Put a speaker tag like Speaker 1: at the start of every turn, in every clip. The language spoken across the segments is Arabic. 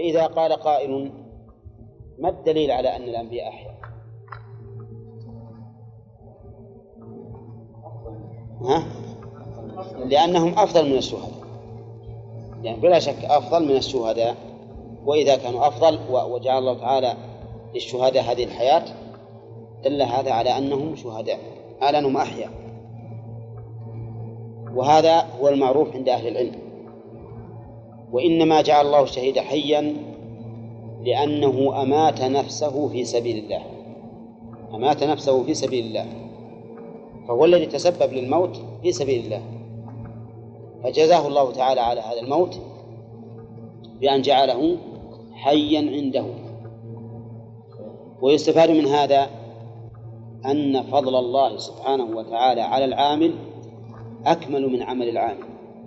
Speaker 1: فإذا قال قائل ما الدليل على أن الأنبياء أحياء؟ لأنهم أفضل من الشهداء، يعني بلا شك أفضل من الشهداء، وإذا كانوا أفضل وجعل الله تعالى للشهداء هذه الحياة دل هذا على أنهم شهداء، على أنهم أحياء، وهذا هو المعروف عند أهل العلم. وإنما جعل الله الشهيد حيا لأنه أمات نفسه في سبيل الله، أمات نفسه في سبيل الله، فهو الذي تسبب للموت في سبيل الله، فجزاه الله تعالى على هذا الموت بأن جعله حيا عنده. ويستفاد من هذا أن فضل الله سبحانه وتعالى على العامل أكمل من عمل العامل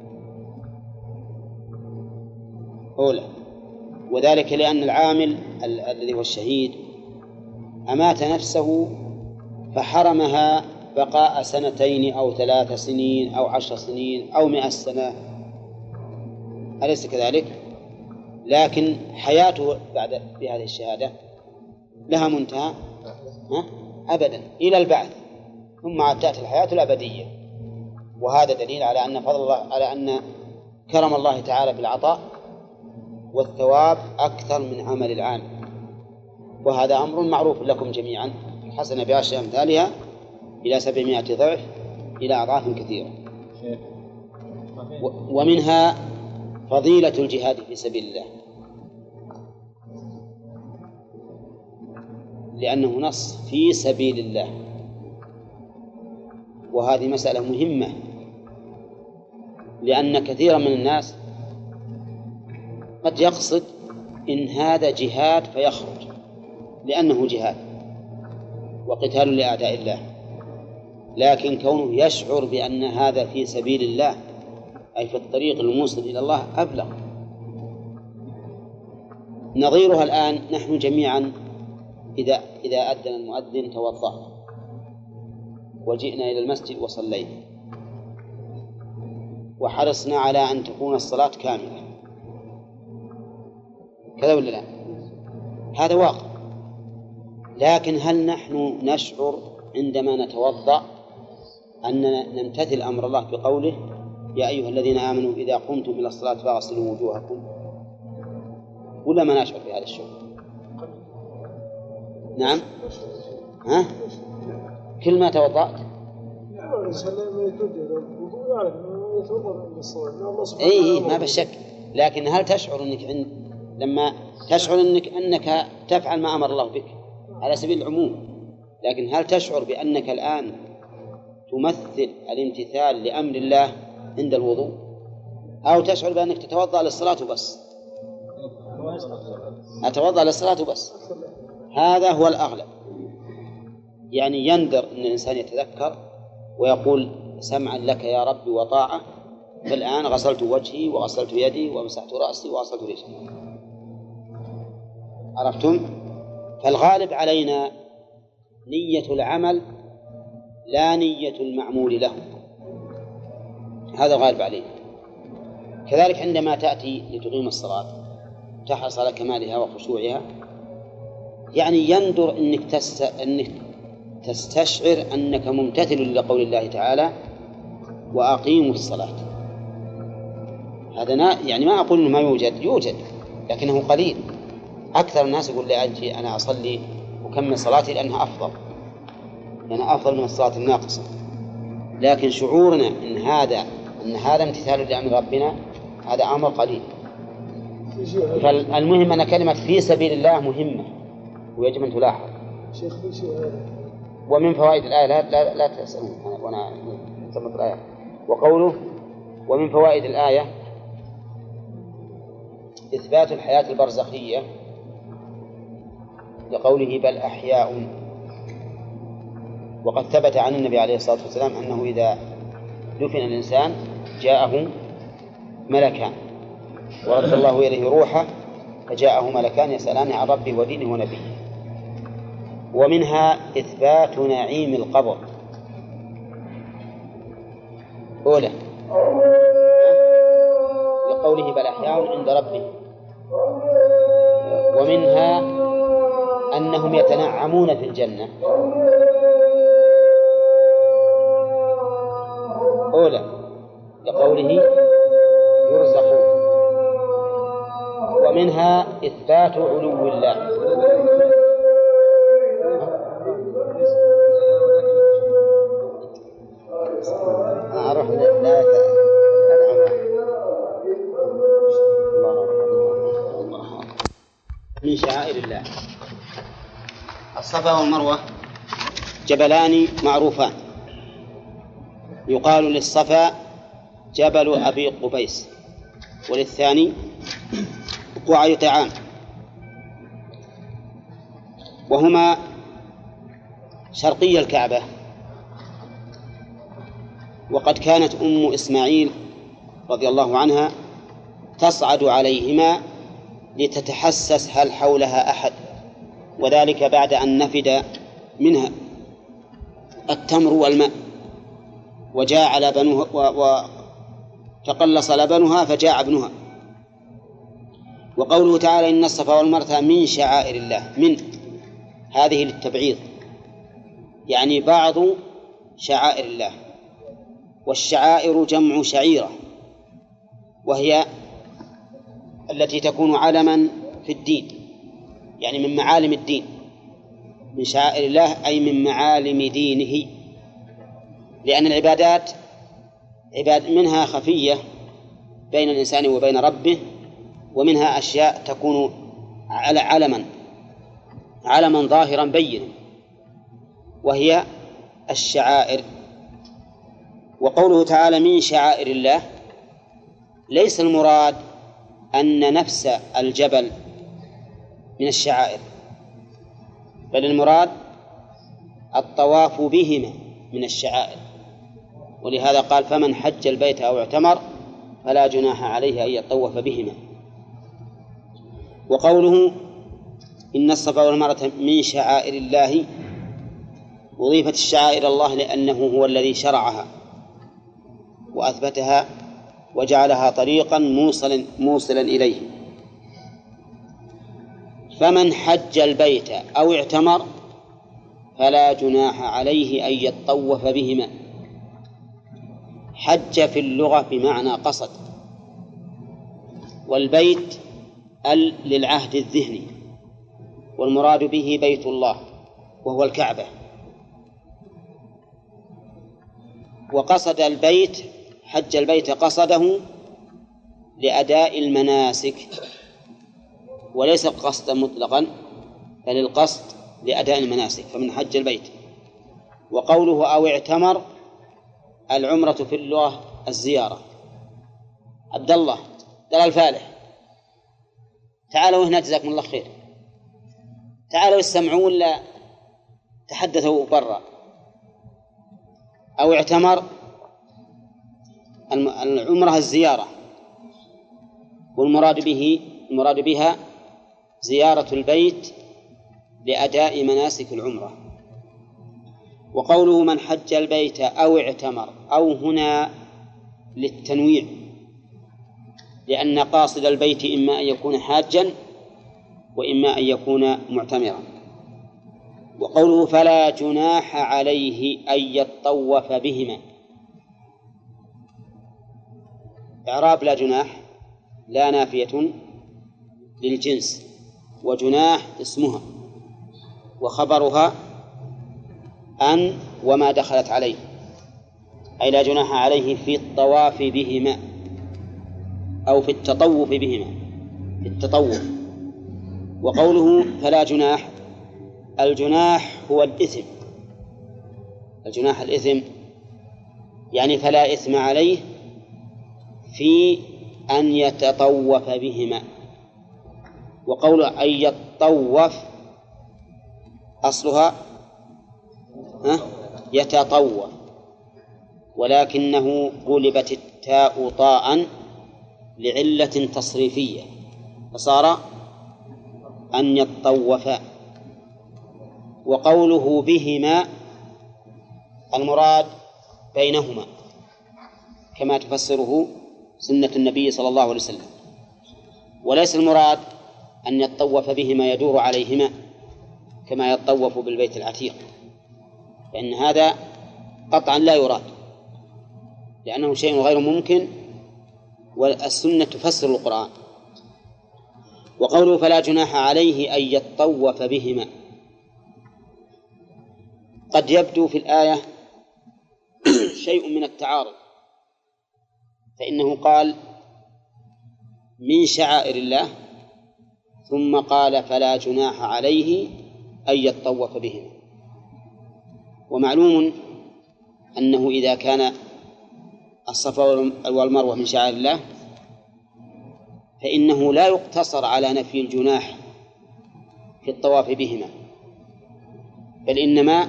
Speaker 1: أولى، وذلك لأن العامل الذي هو الشهيد أمات نفسه فحرمها بقاء 2 أو 3 سنين أو 10 سنين أو 100 سنة، أليس كذلك؟ لكن حياته بعد بهذه الشهادة لها منتهى أبدا إلى البعث، ثم عاد تأتي الحياة الأبدية. وهذا دليل على أن فضل الله، على أن كرم الله تعالى بالعطاء والثواب أكثر من عمل العامل، وهذا أمر معروف لكم جميعا، حسن بعشر أمثالها إلى 700 ضعف إلى أضعاف كثيرة. ومنها فضيلة الجهاد في سبيل الله، لأنه نص في سبيل الله، وهذه مسألة مهمة، لأن كثيرا من الناس قد يقصد إن هذا جهاد فيخرج لأنه جهاد وقتال لأعداء الله، لكن كونه يشعر بأن هذا في سبيل الله أي في الطريق الموصل إلى الله أبلغ. نظيرها الآن نحن جميعا إذا أذن المؤذن توضأنا وجئنا إلى المسجد وصلينا وحرصنا على أن تكون الصلاة كاملة، كذا ولا لا؟ هذا واقع. لكن هل نحن نشعر عندما نتوضأ أننا نمتثل أمر الله بقوله يا أيها الذين آمنوا إذا قمتم إلى الصلاة فاغسلوا وجوهكم، ولا ما نشعر بهذا الشعور؟ نعم. كل ما توضأت أي ما بالشك، لكن هل تشعر أنك لما تشعر أنك تفعل ما أمر الله بك على سبيل العموم، لكن هل تشعر بأنك الآن تمثل الامتثال لأمر الله عند الوضوء، أو تشعر بأنك تتوضأ للصلاة بس؟ أتوضأ للصلاة بس، هذا هو الأغلب. يعني يندر أن الإنسان يتذكر ويقول سمعا لك يا رب وطاعة، فالآن غسلت وجهي وغسلت يدي ومسحت رأسي وغسلت رجلي. عرفتم؟ فالغالب علينا نية العمل لا نية المعمول له، هذا غالب علينا. كذلك عندما تأتي لتقيم الصلاة تحرص على كمالها وخشوعها، يعني يندر أنك تستشعر أنك ممتثل لقول الله تعالى وأقيموا الصلاة. هذا يعني ما أقول إنه ما يوجد، لكنه قليل. أكثر الناس يقول لي أجي أنا أصلي وكمل صلاتي لأنها أفضل، لأنها أفضل من الصلاة الناقصة. لكن شعورنا أن هذا امتثال لأمر ربنا هذا أمر قليل. فالمهم أن كلمة في سبيل الله مهمة ويجب أن تلاحظ. ومن فوائد الآية لا تسألون وأنا أسمط الآية. وقوله ومن فوائد الآية إثبات الحياة البرزخية لقوله بل أحياء. وقد ثبت عن النبي عليه الصلاة والسلام أنه إذا دفن الإنسان جاءه ملكان ورد الله إليه روحه فجاءه ملكان يسألان عن ربه ودينه ونبيه. ومنها إثبات نعيم القبر أولى لقوله بل أحياء عند ربه ومنها أنهم يتنعمون في الجنة. أولى لقوله يرزقون، ومنها إثبات علو الله. أروح لا من شعائر الله. الصفا والمروة جبلان معروفان، يقال للصفا جبل أبي قبيس، وللثاني قعي طعام، وهما شرقي الكعبة. وقد كانت أم إسماعيل رضي الله عنها تصعد عليهما لتتحسس هل حولها أحد، وذلك بعد أن نفد منها التمر والماء وجاع لبنها وتقلص لبنها فجاع ابنها. وقوله تعالى إن الصفا والمروة من شعائر الله، من هذه للتبعيض، يعني بعض شعائر الله. والشعائر جمع شعيرة، وهي التي تكون علما في الدين، يعني من معالم الدين. من شعائر الله أي من معالم دينه، لأن العبادات منها خفية بين الإنسان وبين ربه، ومنها أشياء تكون علما ظاهرا بينا، وهي الشعائر. وقوله تعالى من شعائر الله ليس المراد أن نفس الجبل من الشعائر، بل المراد الطواف بهما من الشعائر. ولهذا قال فمن حج البيت أو اعتمر فلا جناح عليه أن يطوف بهما. وقوله إن الصفا والمروة من شعائر الله أضيفت الشعائر الله لأنه هو الذي شرعها وأثبتها وجعلها طريقا موصلا إليه. فمن حج البيت أو اعتمر فلا جناح عليه أن يطوف بهما. حج في اللغة بمعنى قصد، والبيت للعهد الذهني، والمراد به بيت الله وهو الكعبة. وقصد البيت، حج البيت قصده لأداء المناسك، وليس القصد مطلقا بل القصد لأداء المناسك، فمن حج البيت. وقوله أو اعتمر العمرة في اللغة الزيارة. عبد الله دلال الفالح تعالوا هنا جزاكم الله خير، تعالوا استمعوا ولا تحدثوا برا. أو اعتمر العمرة الزيارة، والمراد بها زيارة البيت لأداء مناسك العمرة. وقوله من حج البيت أو اعتمر، أو هنا للتنويع، لأن قاصد البيت إما أن يكون حاجا وإما أن يكون معتمرا. وقوله فلا جناح عليه أن يطوف بهما، إعراب لا جناح لا نافية للجنس، وجناح اسمها، وخبرها أن وما دخلت عليه، أي لا جناح عليه في الطواف بهما أو في التطوف بهما، في التطوف. وقوله فلا جناح، الجناح هو الإثم، الجناح الإثم، يعني فلا إثم عليه في أن يتطوف بهما. وقول أن يتطوف أصلها يتطوف، ولكنه قلبت التاء طاء لعلة تصريفية فصار أن يتطوف. وقوله بهما المراد بينهما كما تفسره سنة النبي صلى الله عليه وسلم، وليس المراد أن يطوف بهما يدور عليهما كما يطوف بالبيت العتيق، لأن هذا قطعا لا يراد، لأنه شيء غير ممكن، والسنة تفسر القرآن. وقوله فلا جناح عليه أن يطوف بهما، قد يبدو في الآية شيء من التعارض، فإنه قال من شعائر الله ثم قال فلا جناح عليه أن يطوف بهما. ومعلوم أنه إذا كان الصفا والمروة من شعائر الله فإنه لا يقتصر على نفي الجناح في الطواف بهما، بل إنما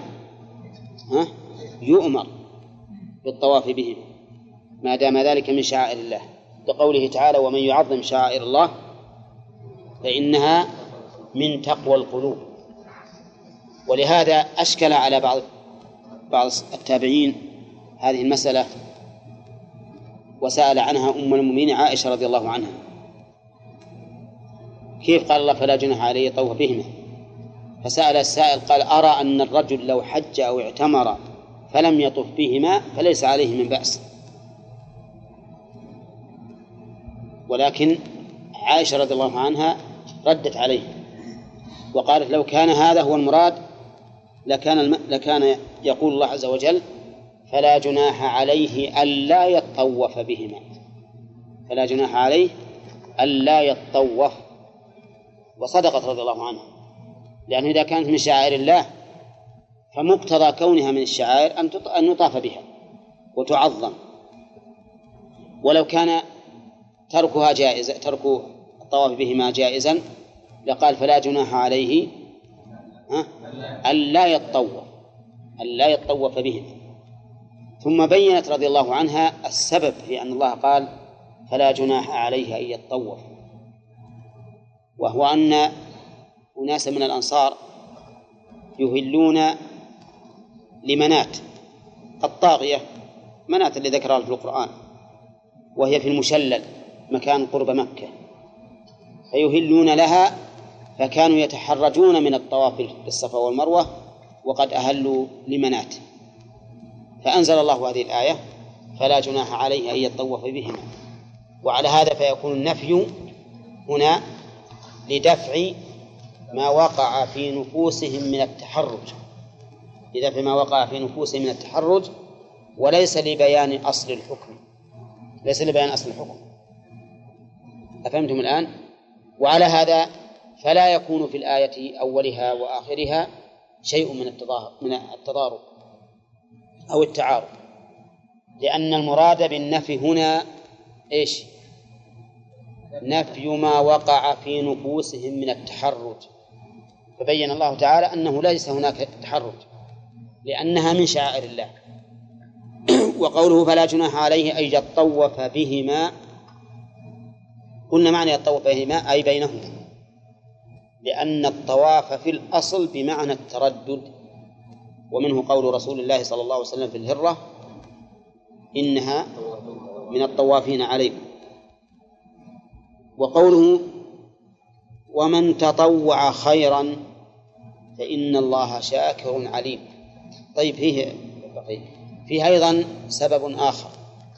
Speaker 1: يؤمر بالطواف بهما ما دام ذلك من شعائر الله، لقوله تعالى ومن يعظم شعائر الله فإنها من تقوى القلوب. ولهذا أشكل على بعض التابعين هذه المسألة، وسأل عنها أم المؤمنين عائشة رضي الله عنها، كيف قال الله فلا جناح عليه يطوف بهما؟ فسأل السائل قال أرى أن الرجل لو حج أو اعتمر فلم يطف بهما فليس عليه من بأس. ولكن عائشة رضي الله عنها ردت عليه وقالت لو كان هذا هو المراد لكان يقول الله عز وجل فلا جناح عليه ألا يطوف بهما، فلا جناح عليه ألا يطوف. وصدقت رضي الله عنها، لأنه إذا كانت من شعائر الله فمقتضى كونها من الشعائر أن يطاف بها وتعظم. ولو كان تركها جائزة، ترك الطواف بهما جائزا، لقال فلا جناح عليه ألا يطوف بهما. ثم بينت رضي الله عنها السبب في أن الله قال فلا جناح عليه أن يطوف، وهو أن أناس من الأنصار يهلون لمنات الطاغية، منات اللي ذكرها في القرآن، وهي في المشلل مكان قرب مكة، فيهلون لها، فكانوا يتحرجون من الطواف بالصفا والمروة وقد أهلوا لمنات، فأنزل الله هذه الآية فلا جناح عليه أن يطوف بهما. وعلى هذا فيكون النفي هنا لدفع ما وقع في نفوسهم من التحرج، لدفع ما وقع في نفوسهم من التحرج، وليس لبيان أصل الحكم، ليس لبيان أصل الحكم. أفهمتم الآن؟ وعلى هذا فلا يكون في الآية أولها وآخرها شيء من التضارب أو التعارض، لأن المراد بالنفي هنا إيش؟ نفي ما وقع في نفوسهم من التحرج، فبين الله تعالى أنه ليس هناك تحرج لأنها من شعائر الله. وقوله فلا جناح عليه أن يطوف بهما، قلنا معنى يطوف بهما أي بينهما، لأن الطواف في الأصل بمعنى التردد، ومنه قول رسول الله صلى الله عليه وسلم في الهرة إنها من الطوافين عليكم. وقوله ومن تطوع خيرا فإن الله شاكر عليم. طيب فيه أيضا سبب آخر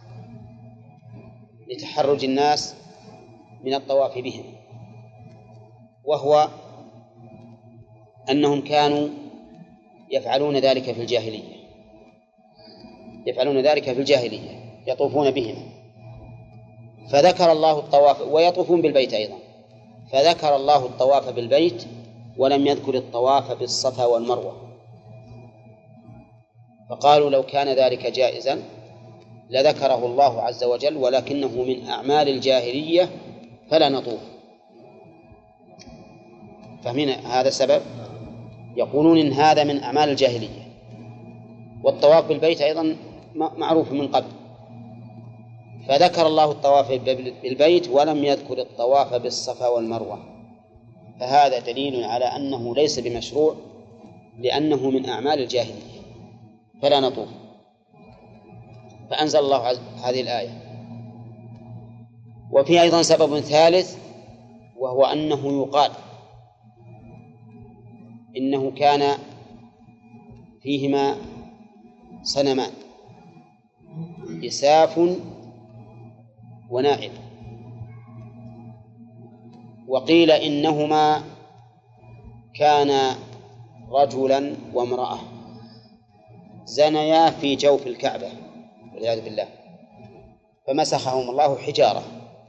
Speaker 1: لتحرج الناس من الطواف بهم، وهو أنهم كانوا يفعلون ذلك في الجاهلية، يطوفون بهم، فذكر الله الطواف، ويطوفون بالبيت أيضا، فذكر الله الطواف بالبيت ولم يذكر الطواف بالصفا والمروة، فقالوا لو كان ذلك جائزا لذكره الله عز وجل، ولكنه من أعمال الجاهلية فلا نطوف. فمن هذا السبب يقولون إن هذا من أعمال الجاهلية، والطواف بالبيت أيضا معروف من قبل، فذكر الله الطواف بالبيت ولم يذكر الطواف بالصفا والمروة، فهذا دليل على أنه ليس بمشروع لأنه من أعمال الجاهلية فلا نطوف. فأنزل الله هذه الآية. وفي أيضا سبب ثالث، وهو أنه يقال إنه كان فيهما صنمان إساف ونائل، وقيل إنهما كان رجلا وامرأة زنيا في جوف الكعبة والعياذ بالله فمسخهم الله حجارة،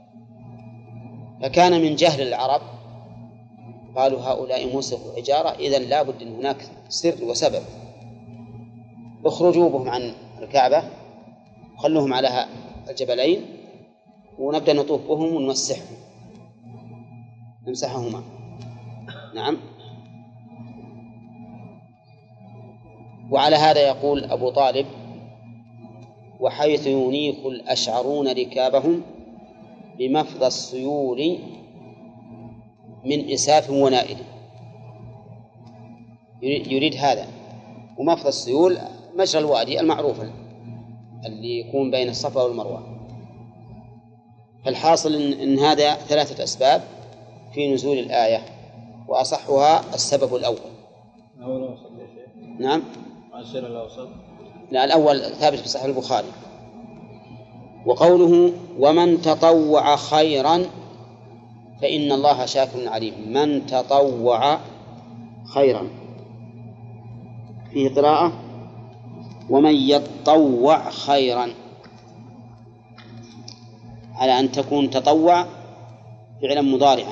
Speaker 1: فكان من جهل العرب قالوا هؤلاء مسخوا حجارة، إذن لا بد أن هناك سر وسبب، اخرجوا بهم عن الكعبة خلوهم على الجبلين ونبدأ نطوف بهم ونمسحهم نمسحهما. نعم. وعلى هذا يقول أبو طالب: وحيث ينيخ الأشعرون ركابهم بمفضى السيول من إساف ونائل. يريد هذا. ومفضى السيول مجرى الوادي المعروف اللي يكون بين الصفا والمروة. فالحاصل إن هذا 3 أسباب في نزول الآية، وأصحها السبب الأول. نعم. لا، الأول ثابت في صحيح البخاري. وقوله: ومن تطوع خيرا فإن الله شاكر عليم. من تطوع خيرا، فيه قراءة: ومن يتطوع خيرا، على أن تكون تطوع فعلا مضارعا،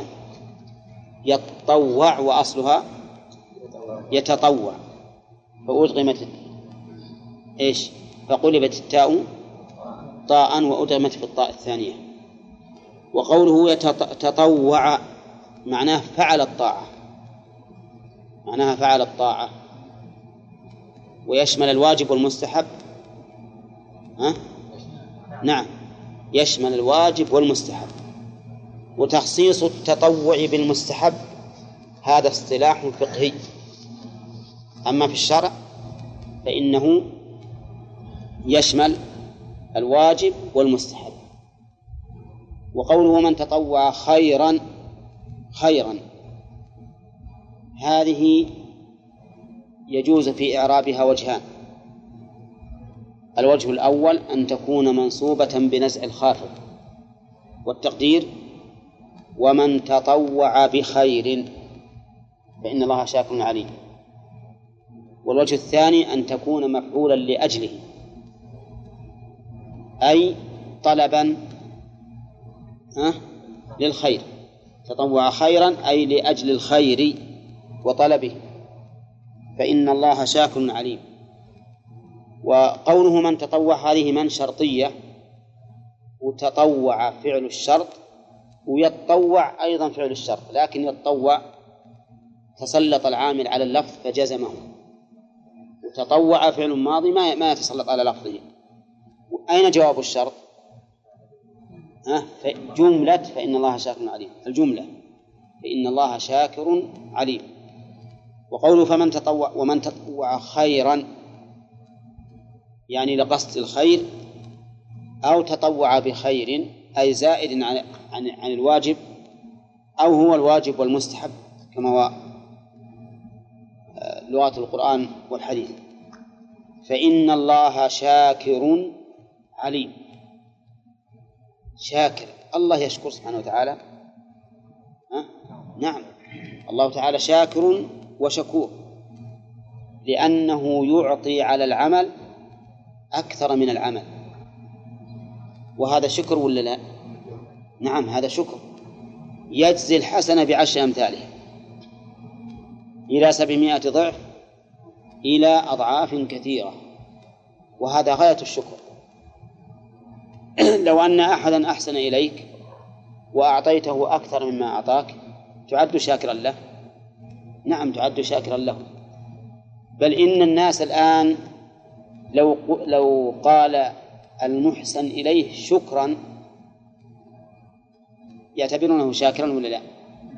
Speaker 1: يتطوع وأصلها يتطوع، فأدغمت إيش؟ فقلبت التاء طاء وأدغمت في الطاء الثانية. وقوله تطوع معناه فعل الطاعة، معناها فعل الطاعة، ويشمل الواجب والمستحب. نعم، يشمل الواجب والمستحب. وتخصيص التطوع بالمستحب هذا اصطلاح فقهي، أما في الشرع فإنه يشمل الواجب والمستحب. وقوله: من تطوع خيرا، خيرا هذه يجوز في إعرابها وجهان: الوجه الأول أن تكون منصوبة بنزع الخافض، والتقدير: ومن تطوع بخير فإن الله شاكر عليم. والوجه الثاني أن تكون مفعولا لأجله، أي طلبا للخير. تطوع خيرا أي لأجل الخير وطلبه، فإن الله شاكر عليم. وقوله من تطوع هذه من شرطية، وتطوع فعل الشرط، ويتطوع أيضا فعل الشرط، لكن يتطوع تسلط العامل على اللفظ فجزمه، وتطوع فعل ماضي ما يتسلط على لفظه. أين جواب الشرط؟ جملة فإن الله شاكر عليم، الجملة فإن الله شاكر عليم. وقوله فمن تطوع ومن تطوع خيرا يعني لقصد الخير، أو تطوع بخير أي زائد عن الواجب، أو هو الواجب والمستحب كما هو لغة القرآن والحديث. فإن الله شاكر عليم. شاكر، الله يشكر سبحانه وتعالى. نعم، الله تعالى شاكر وشكور، لأنه يعطي على العمل أكثر من العمل، وهذا شكر ولا لا؟ نعم، هذا شكر. يجزي الحسنة ب10 أمثالها إلى 700 ضعف إلى أضعاف كثيرة، وهذا غاية الشكر. لو أن أحدا أحسن إليك وأعطيته أكثر مما أعطاك تعد شاكرا له؟ نعم، تعد شاكرا له. بل إن الناس الآن لو قال المحسن إليه شكرا يعتبرونه شاكرا ولا لا؟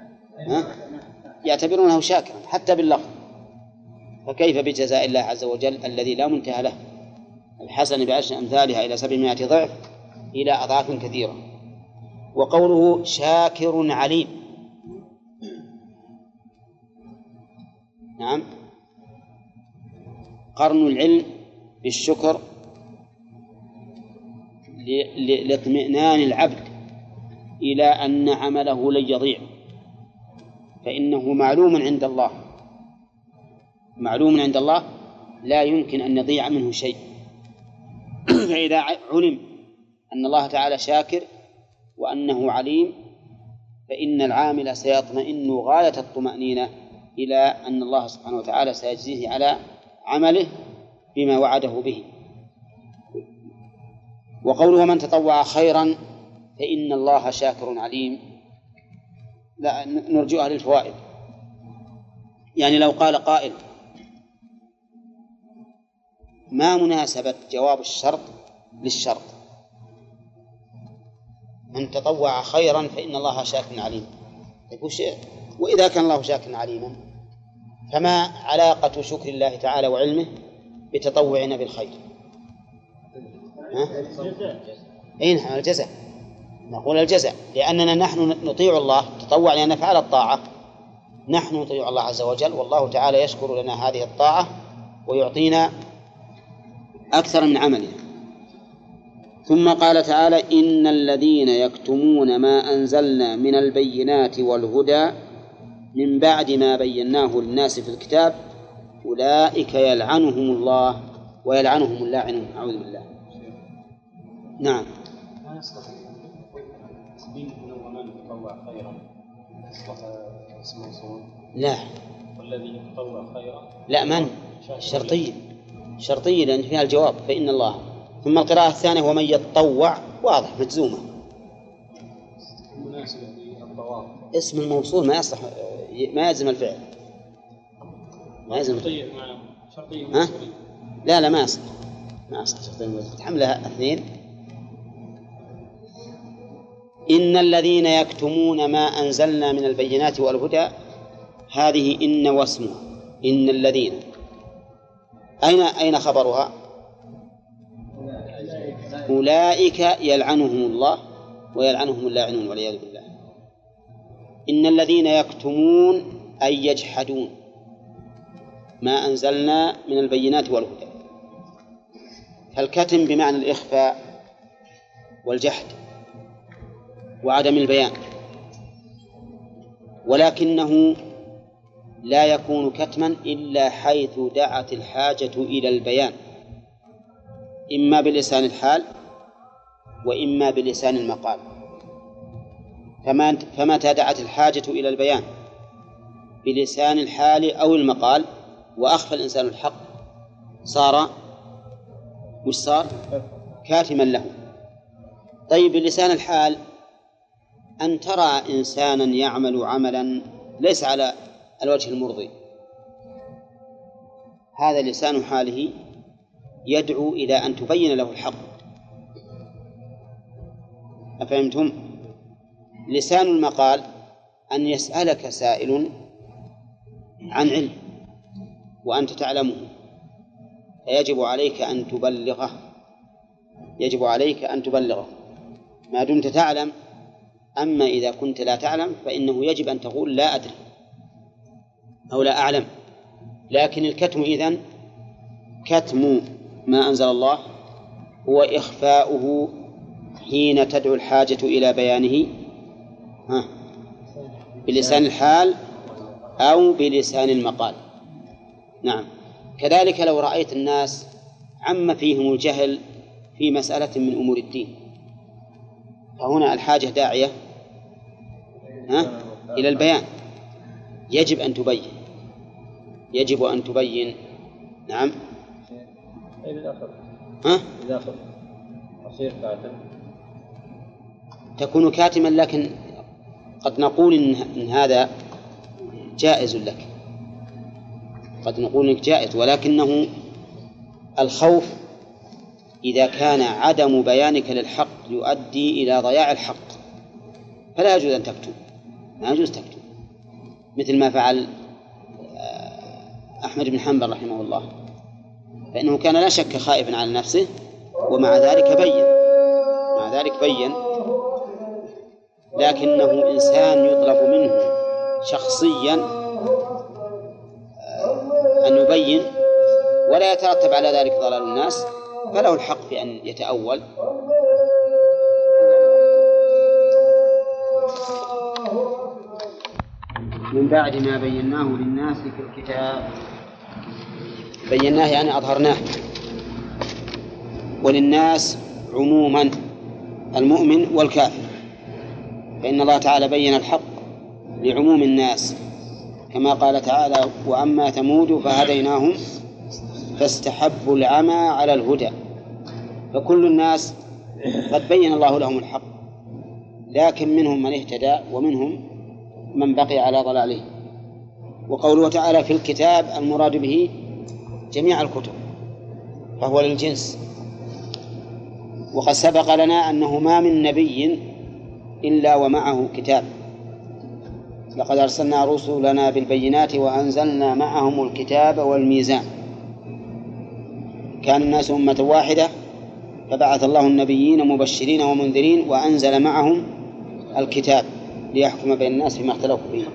Speaker 1: يعتبرونه شاكرا حتى باللفظ، فكيف بجزاء الله عز وجل الذي لا منتهى له؟ الحسن ب10 أمثالها إلى 700 ضعف إلى أضعاف كثيرة. وقوله شاكر عليم، نعم، قرن العلم بالشكر لاطمئنان العبد إلى أن عمله لن يضيع، فإنه معلوم عند الله، معلوم عند الله لا يمكن أن يضيع منه شيء. فإذا علم أن الله تعالى شاكر وأنه عليم فإن العامل سيطمئن غاية الطمأنينة إلى أن الله سبحانه وتعالى سيجزيه على عمله بما وعده به. وقوله من تطوع خيرا فإن الله شاكر عليم، لا نرجئها للفوائد. يعني لو قال قائل ما مناسبة جواب الشرط للشرط؟ من تطوع خيرا فإن الله شاكر عليم، وإذا كان الله شاكر عليما فما علاقة شكر الله تعالى وعلمه بتطوعنا بالخير؟ إيه الجزاء، نقول الجزاء، لأننا نحن نطيع الله، تطوع لأن نفعل الطاعة، نحن نطيع الله عز وجل، والله تعالى يشكر لنا هذه الطاعة ويعطينا أكثر من عملنا. ثم قال تعالى إن الذين يكتمون ما أنزلنا من البينات والهدى من بعد ما بيناه للناس في الكتاب أولئك يلعنهم الله ويلعنهم اللاعنون. أعوذ بالله. نعم. لا، والذي يتطوع خيرا لا، من شرطية لأن فيها الجواب فإن الله. ثم القراءة الثانية ومن يتطوع واضح مجزومة، اسم الموصول ما يصلح، ما يلزم الفعل، ما يلزم الفعل. لا ما يصلح، ما يصلح شرطية حملها اثنين. إن الذين يكتمون ما أنزلنا من البينات والهدى، هذه إن واسمها إن الذين، أين خبرها؟ أولئك يلعنهم الله ويلعنهم اللاعنون والعياذ بالله. إن الذين يكتمون أي يجحدون ما أنزلنا من البينات والهدى، فالكتم بمعنى الإخفاء والجحد وعدم البيان، ولكنه لا يكون كتما إلا حيث دعت الحاجة إلى البيان، إما بلسان الحال وإما بلسان المقال. فمتى دعت الحاجة إلى البيان بلسان الحال أو المقال وأخفى الإنسان الحق صار كاتما له. طيب بلسان الحال أن ترى إنسانا يعمل عملا ليس على الوجه المرضي، هذا لسان حاله يدعو إلى أن تبين له الحق. أفهمتم؟ لسان المقال أن يسألك سائل عن علم وأنت تعلمه فيجب عليك أن تبلغه، يجب عليك أن تبلغه ما دمت تعلم. أما إذا كنت لا تعلم فإنه يجب أن تقول لا أدري أو لا أعلم. لكن الكتم إذن كتم ما أنزل الله هو إخفاؤه حين تدعو الحاجة إلى بيانه بلسان الحال أو بلسان المقال. نعم. كذلك لو رأيت الناس عم فيهم الجهل في مسألة من أمور الدين، فهنا الحاجة داعية إلى البيان، يجب أن تبين، يجب أن تبين. نعم. إذا أصير كاتم تكون كاتما، لكن قد نقول إن هذا جائز لك، قد نقول إنك جائز، ولكنه الخوف إذا كان عدم بيانك للحق يؤدي إلى ضياع الحق فلا يجوز أن تكتب، لا يجوز تكتب، مثل ما فعل أحمد بن حنبل رحمه الله، فإنه كان لا شك خائفا على نفسه ومع ذلك بين، لكنه إنسان يطلب منه شخصيا أن يبين ولا يترتب على ذلك ضلال الناس فله الحق في أن يتأول. من بعد ما بيناه للناس في الكتاب. بيناه يعني أظهرناه، وللناس عموما المؤمن والكافر، فإن الله تعالى بين الحق لعموم الناس كما قال تعالى: وأما ثمود فهديناهم فاستحبوا العمى على الهدى. فكل الناس قد بين الله لهم الحق، لكن منهم من اهتدى ومنهم من بقي على ضلاله. وقوله تعالى في الكتاب المراد به جميع الكتب، فهو للجنس. وقد سبق لنا أنه ما من نبي إلا ومعه كتاب. لقد أرسلنا رسلنا بالبينات وأنزلنا معهم الكتاب والميزان. كان الناس أمة واحدة فبعث الله النبيين مبشرين ومنذرين وأنزل معهم الكتاب ليحكم بين الناس فيما اختلفوا فيه.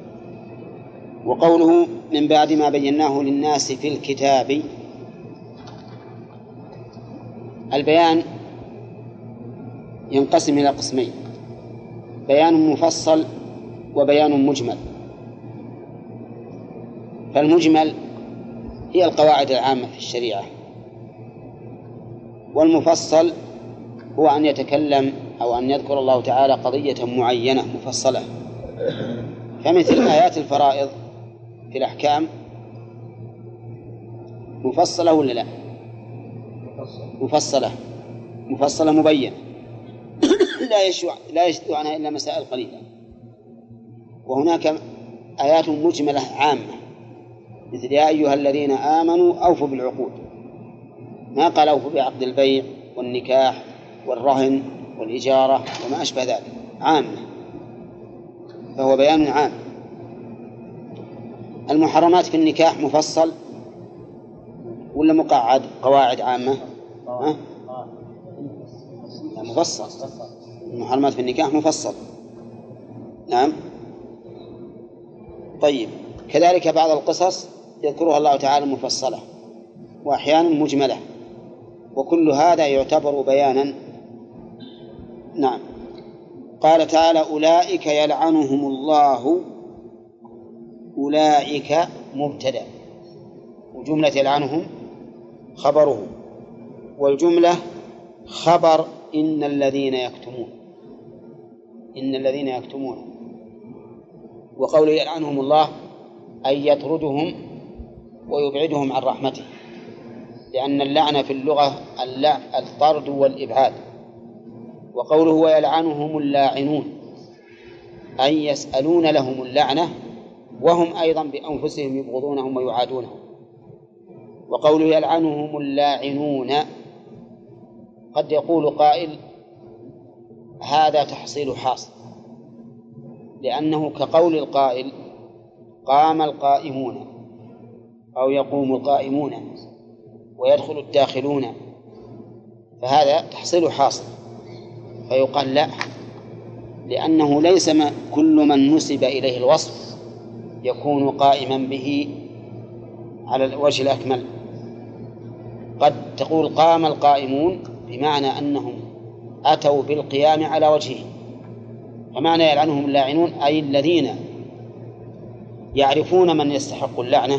Speaker 1: وقوله من بعد ما بيناه للناس في الكتاب، البيان ينقسم إلى قسمين: بيان مفصل وبيان مجمل. فالمجمل هي القواعد العامة في الشريعة، والمفصل هو أن يتكلم أو أن يذكر الله تعالى قضية معينة مفصلة، فمثل آيات الفرائض في الأحكام مفصلة ولا لا؟ مفصلة مبينة لا يشذ عنها إلا مسائل قليلة. وهناك آيات مجملة عامة مثل يا أيها الذين آمنوا أوفوا بالعقود، ما قال أوفوا بعقد البيع والنكاح والرهن والإجارة وما أشبه ذلك، عامة، فهو بيان عام. المحرمات في النكاح مفصل ولا مقعد قواعد عامة؟ مفصل. المحرمات في النكاح مفصل، نعم. طيب، كذلك بعض القصص يذكرها الله تعالى مفصلة وأحيانا مجملة، وكل هذا يعتبر بيانا. نعم. قال تعالى: أولئك يلعنهم الله. أولئك مبتدأ، وجملة يلعنهم خبره، والجملة خبر إن الذين يكتمون. وقوله يلعنهم الله أي يطردهم ويبعدهم عن رحمته، لأن اللعنة في اللغة الطرد والإبعاد. وقوله ويلعنهم اللاعنون أي يسألون لهم اللعنة وهم أيضا بأنفسهم يبغضونهم ويعادونهم. وقوله يلعنهم اللاعنون قد يقول قائل هذا تحصيل حاصل، لأنه كقول القائل قام القائمون أو يقوم القائمون ويدخل الداخلون، فهذا تحصيل حاصل. فيقال لا، لأنه ليس كل من نسب إليه الوصف يكون قائما به على الوجه الأكمل. قد تقول قام القائمون بمعنى أنهم أتوا بالقيام على وجهه، فمعنى يلعنهم اللاعنون أي الذين يعرفون من يستحق اللعنة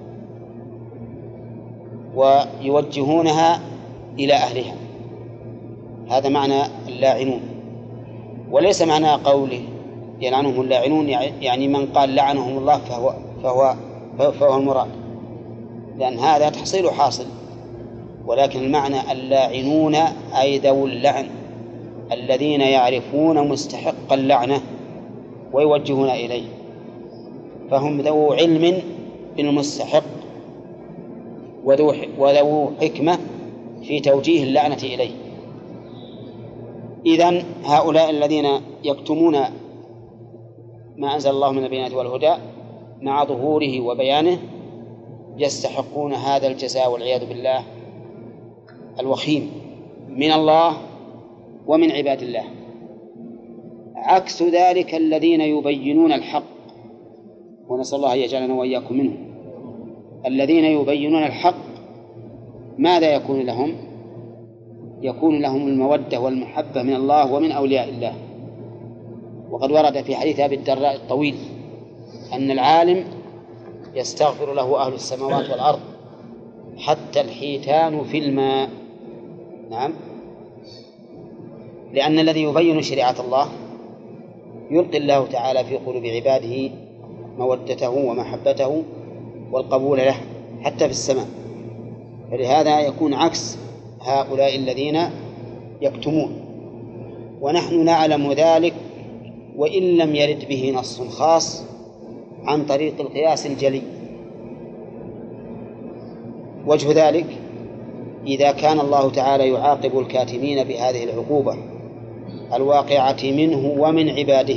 Speaker 1: ويوجهونها إلى أهلها، هذا معنى اللاعنون. وليس معنى قوله يلعنهم اللاعنون يعني من قال لعنهم الله فهو المراد، لأن هذا تحصيل حاصل. ولكن المعنى اللاعنون أي ذو اللعن الذين يعرفون مستحق اللعنة ويوجهون إليه، فهم ذو علم بالمستحق وذو حكمة في توجيه اللعنة إليه. إذن هؤلاء الذين يكتمون ما أنزل الله من البينات والهدى مع ظهوره وبيانه يستحقون هذا الجزاء والعياذ بالله الوخيم من الله ومن عباد الله. عكس ذلك الذين يبينون الحق، ونسأل الله أن يجعلنا وإياكم منهم. الذين يبينون الحق ماذا يكون لهم؟ يكون لهم المودة والمحبة من الله ومن أولياء الله. وقد ورد في حديث أبي الدرداء الطويل أن العالم يستغفر له أهل السماوات والأرض حتى الحيتان في الماء. نعم، لأن الذي يبين شريعة الله يلقي الله تعالى في قلوب عباده مودته ومحبته والقبول له حتى في السماء. فلهذا يكون عكس هؤلاء الذين يكتمون، ونحن نعلم ذلك وإن لم يرد به نص خاص عن طريق القياس الجلي. وجه ذلك إذا كان الله تعالى يعاقب الكاتمين بهذه العقوبة الواقعة منه ومن عباده،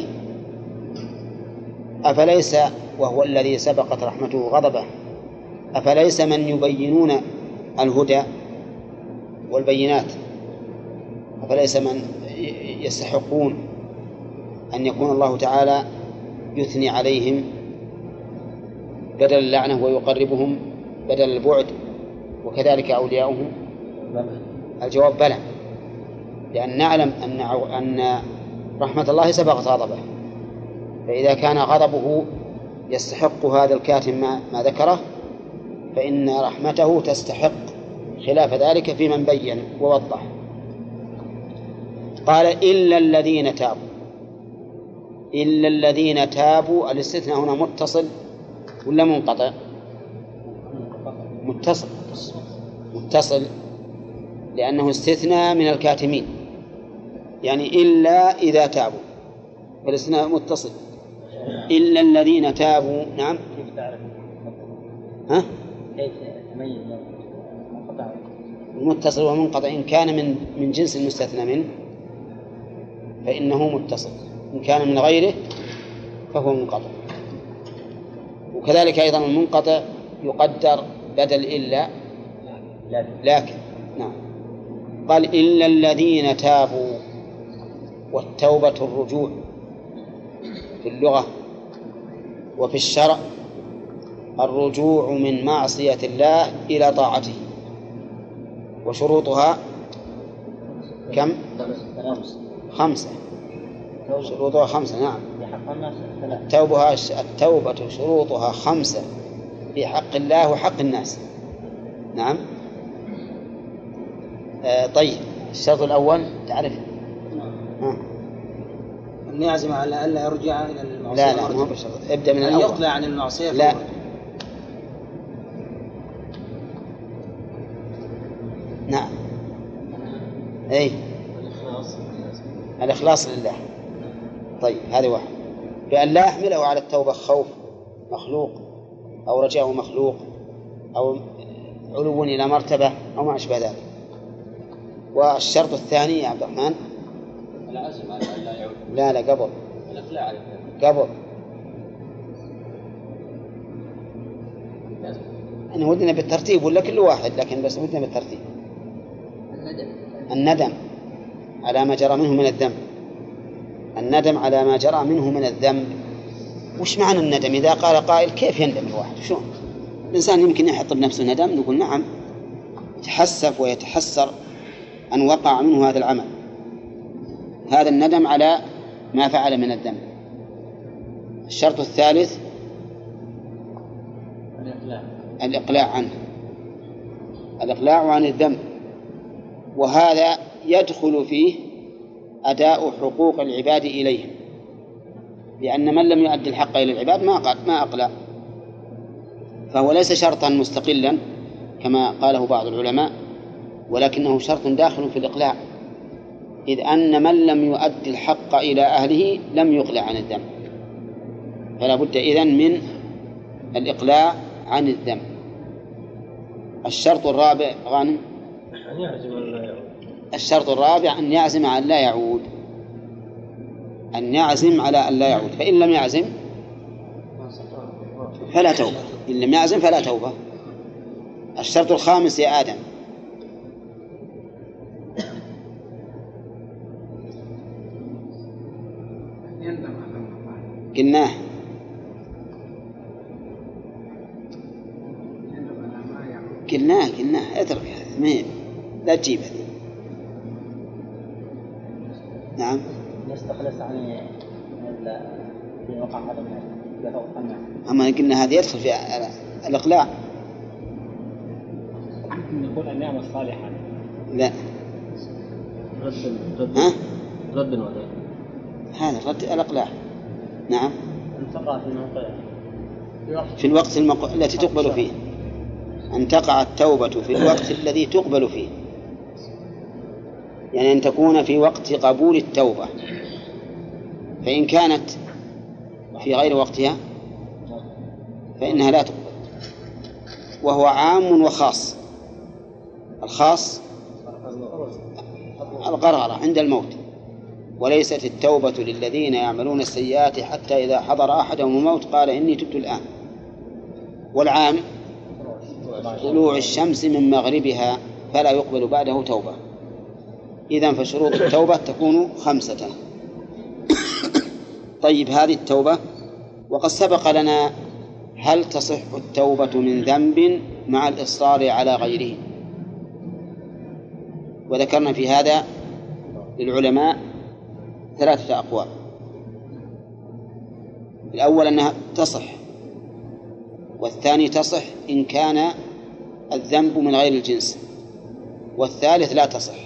Speaker 1: أفليس وهو الذي سبقت رحمته غضبه أفليس من يبينون الهدى والبينات أفليس من يستحقون أن يكون الله تعالى يثني عليهم بدل اللعنة ويقربهم بدل البعد، وكذلك أولياؤهم؟ الجواب بلى، لأن نعلم أن رحمة الله سبقت غضبه، فإذا كان غضبه يستحق هذا الكاتم ما ذكره فإن رحمته تستحق خلاف ذلك في من بين ووضح. قال إلا الذين تابوا. إلا الذين تابوا، الاستثناء هنا متصل ولا منقطع؟ متصل لأنه استثناء من الكاتمين، يعني إلا إذا تابوا، والاستثناء متصل. إلا الذين تابوا. نعم،
Speaker 2: كيف تميز منقطع؟
Speaker 1: المتصل ومنقطع إن كان من جنس المستثنى منه فإنه متصل، إن كان من غيره فهو منقطع. وكذلك أيضا المنقطع يقدر بدل إلا لكن. نعم، قال إلا الذين تابوا. والتوبة الرجوع في اللغة، وفي الشرع الرجوع من معصية الله إلى طاعته. وشروطها كم؟ 5. شروطها 5. نعم، التوبة شروطها 5 في حق الله وحق الناس. نعم. طيب، الشرط الأول تعرف؟
Speaker 2: أن يعزم على ألا يرجع إلى المعصية.
Speaker 1: لا مو بشرط، ابدأ من الأول.
Speaker 2: يقلع عن المعصية.
Speaker 1: لا، نعم، أي الإخلاص لله. طيب، هذه واحد، بأن لا يحمله على التوبة خوف مخلوق أو رجاء مخلوق أو علو إلى مرتبة أو ما أشبه ذلك. والشرط الثاني يا عبد الرحمن
Speaker 2: العزم على ألا يعود.
Speaker 1: لا قبل
Speaker 2: الإقلاع
Speaker 1: قبل أنا ودنا بالترتيب ولا كل واحد، لكن بس ودنا بالترتيب. الندم على ما جرى منه من الذنب. الندم على ما جرى منه من الذنب. وش معنى الندم؟ إذا قال قائل كيف يندم الواحد؟ شلون الإنسان يمكن يحط بنفسه ندم؟ نقول نعم، يتحسف ويتحسر أن وقع منه هذا العمل. هذا الندم على ما فعل من الذنب. الشرط الثالث الإقلاع عنه، الإقلاع عن الذنب، وهذا يدخل فيه أداء حقوق العباد إليهم، لأن من لم يؤدي الحق إلى العباد ما أقلع، فهو ليس شرطا مستقلا كما قاله بعض العلماء، ولكنه شرط داخل في الإقلاع، إذ أن من لم يؤدي الحق إلى أهله لم يقلع عن الذنب، فلا بد إذن من الإقلاع عن الذنب. الشرط الرابع غانم الشرط الرابع أن يعزم على لا يعود، أن يعزم على أن لا يعود، فإن لم يعزم فلا توبة، إن لم يعزم فلا توبة. الشرط الخامس يا آدم
Speaker 2: يندم
Speaker 1: قلناه اترك مهم لا تجيب هذه. نعم
Speaker 3: نستخلص عن في وقع هذا
Speaker 1: أما قلنا هذه يدخل في الإقلاع.
Speaker 3: ممكن نقول النعمة الصالحة.
Speaker 1: لا
Speaker 3: رد ولا
Speaker 1: هذا رد الإقلاع. نعم
Speaker 3: أن تقع في موقع
Speaker 1: في الوقت التي تقبل فيه، أن تقع التوبة في الوقت الذي تقبل فيه، يعني أن تكون في وقت قبول التوبة، فإن كانت في غير وقتها فإنها لا تقبل. وهو عام وخاص. الخاص الغرغرة عند الموت، وليست التوبة للذين يعملون السيئات حتى إذا حضر أحدهم الموت قال إني تبت الآن. والعام طلوع الشمس من مغربها فلا يقبل بعده توبة. إذن فشروط التوبة تكون 5. طيب هذه التوبة، وقد سبق لنا هل تصح التوبة من ذنب مع الإصرار على غيره، وذكرنا في هذا للعلماء 3 أقوال. الأول أنها تصح، والثاني تصح إن كان الذنب من غير الجنس، والثالث لا تصح.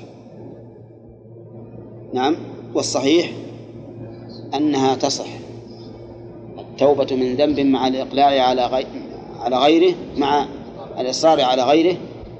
Speaker 1: نعم، والصحيح أنها تصح التوبة من ذنب مع الإقلاع على غيره، مع الإصرار على غيره،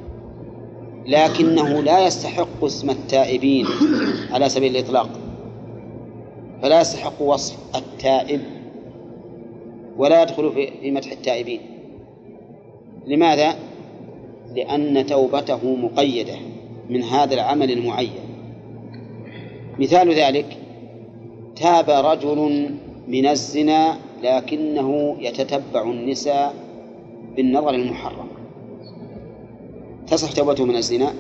Speaker 1: لكنه لا يستحق اسم التائبين على سبيل الإطلاق، فلا يستحق وصف التائب ولا يدخل في مدح التائبين. لماذا؟ لأن توبته مقيدة من هذا العمل المعين. مثال ذلك: تاب رجل من الزنا لكنه يتتبع النساء بالنظر المحرم، تصح توبته من الزنا؟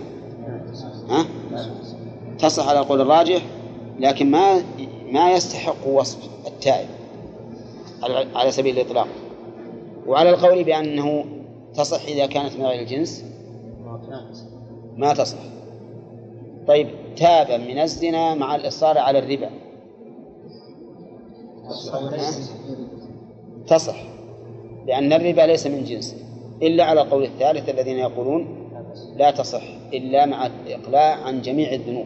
Speaker 1: تصح على القول الراجح، لكن ما يستحق وصف التائب على سبيل الإطلاق. وعلى القول بأنه تصح إذا كانت من غير الجنس ما تصح. طيب تاب من الزنا مع الإصرار على الربا تصح، لأن الربا ليس من جنس، إلا على القول الثالث الذين يقولون لا تصح إلا مع الإقلاع عن جميع الذنوب.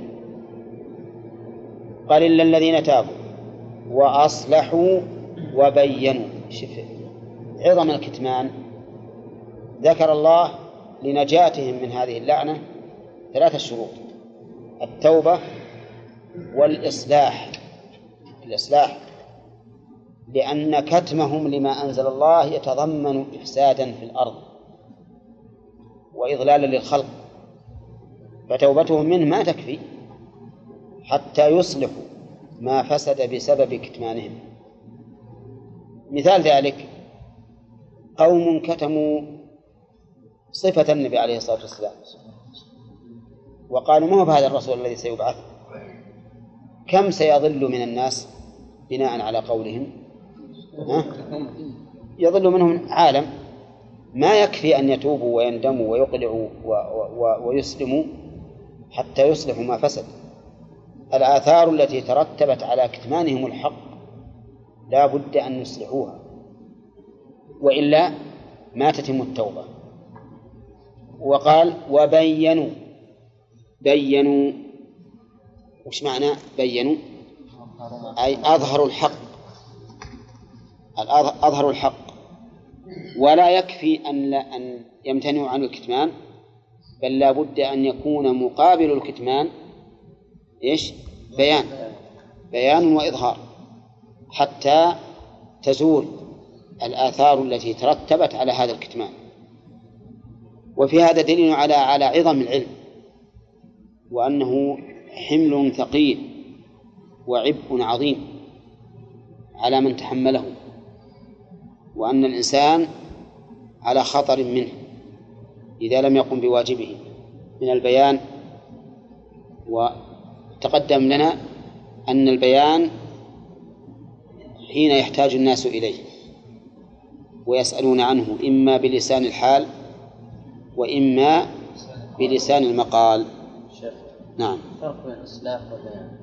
Speaker 1: قال إلا الذين تابوا وأصلحوا وبينوا. شوف عظم الكتمان. ذكر الله لنجاتهم من هذه اللعنة 3 شروط: التوبة والإصلاح. الإصلاح لأن كتمهم لما أنزل الله يتضمن إفسادا في الأرض وإضلالا للخلق، فتوبتهم منه ما تكفي حتى يصلحوا ما فسد بسبب كتمانهم. مثال ذلك: قوم كتموا صفة النبي عليه الصلاة والسلام وقالوا ما هو هذا الرسول الذي سيبعث، كم سيضل من الناس بناء على قولهم؟ يضل منهم عالم. ما يكفي أن يتوبوا ويندموا ويقلعوا ويسلموا حتى يصلحوا ما فسد. الآثار التي ترتبت على كتمانهم الحق لا بد أن يصلحوها، وإلا ما تتم التوبة. وقال وبينوا. بينوا وش معنى بينوا؟ أي أظهروا الحق. أظهروا الحق. ولا يكفي أن يمتنعوا عن الكتمان، بل لا بد أن يكون مقابل الكتمان إيش؟ بيان وإظهار، حتى تزول الآثار التي ترتبت على هذا الكتمان. وفي هذا دليل على عظم العلم، وأنه حمل ثقيل وعبء عظيم على من تحمله، وأن الإنسان على خطر منه إذا لم يقم بواجبه من البيان. وتقدم لنا أن البيان حين يحتاج الناس إليه ويسألون عنه إما بلسان الحال وإما بلسان المقال.
Speaker 3: شيخ،
Speaker 1: نعم.
Speaker 3: فرق بين الإصلاح والبيان.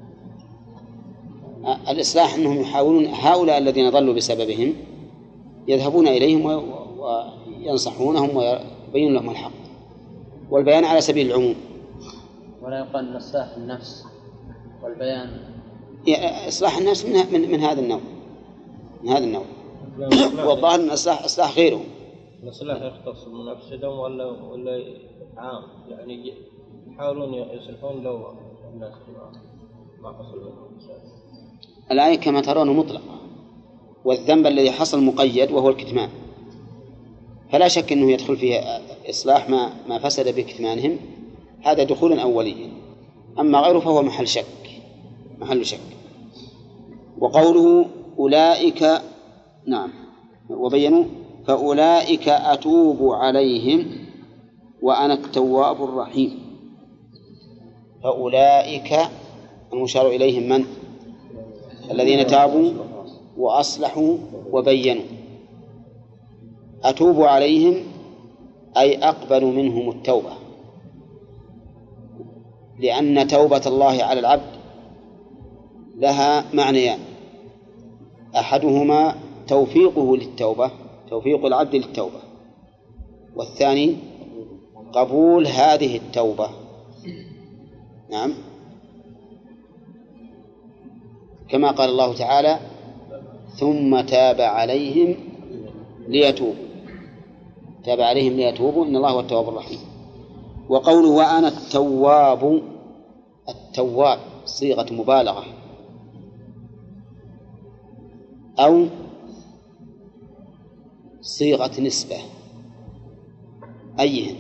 Speaker 1: الإصلاح أنهم يحاولون، هؤلاء الذين ضلوا بسببهم يذهبون إليهم وينصحونهم ويبين لهم الحق، والبيان على سبيل العموم.
Speaker 3: ولا يقال أن إصلاح النفس والبيان
Speaker 1: إصلاح النفس من هذا النوع، من هذا النوع. والظاهر أن إصلاح غيرهم.
Speaker 4: الإصلاح يختص بمفسدهم ولا عام، يعني يحاولون يصلحون لو الناس ما حصل منهم.
Speaker 1: الآية كما ترون مطلقة، والذنب الذي حصل مقيد وهو الكتمان، فلا شك أنه يدخل فيه إصلاح ما فسد بكتمانهم، هذا دخول أولي. أما غيره فهو محل شك. وقوله أولئك، نعم، وبينوا فأولئك أتوب عليهم وأنا التواب الرحيم. فأولئك المشار إليهم من؟ الذين تابوا وأصلحوا وبينوا. أتوب عليهم أي أقبل منهم التوبة، لأن توبة الله على العبد لها معنيان: أحدهما توفيقه للتوبة، توفيق العبد للتوبة، والثاني قبول هذه التوبة. نعم، كما قال الله تعالى: ثم تاب عليهم ليتوبوا. تاب عليهم ليتوبوا إن الله هو التواب الرحيم. وقوله وأنا التواب، التواب صيغة مبالغة أو صيغة نسبة، أيهن؟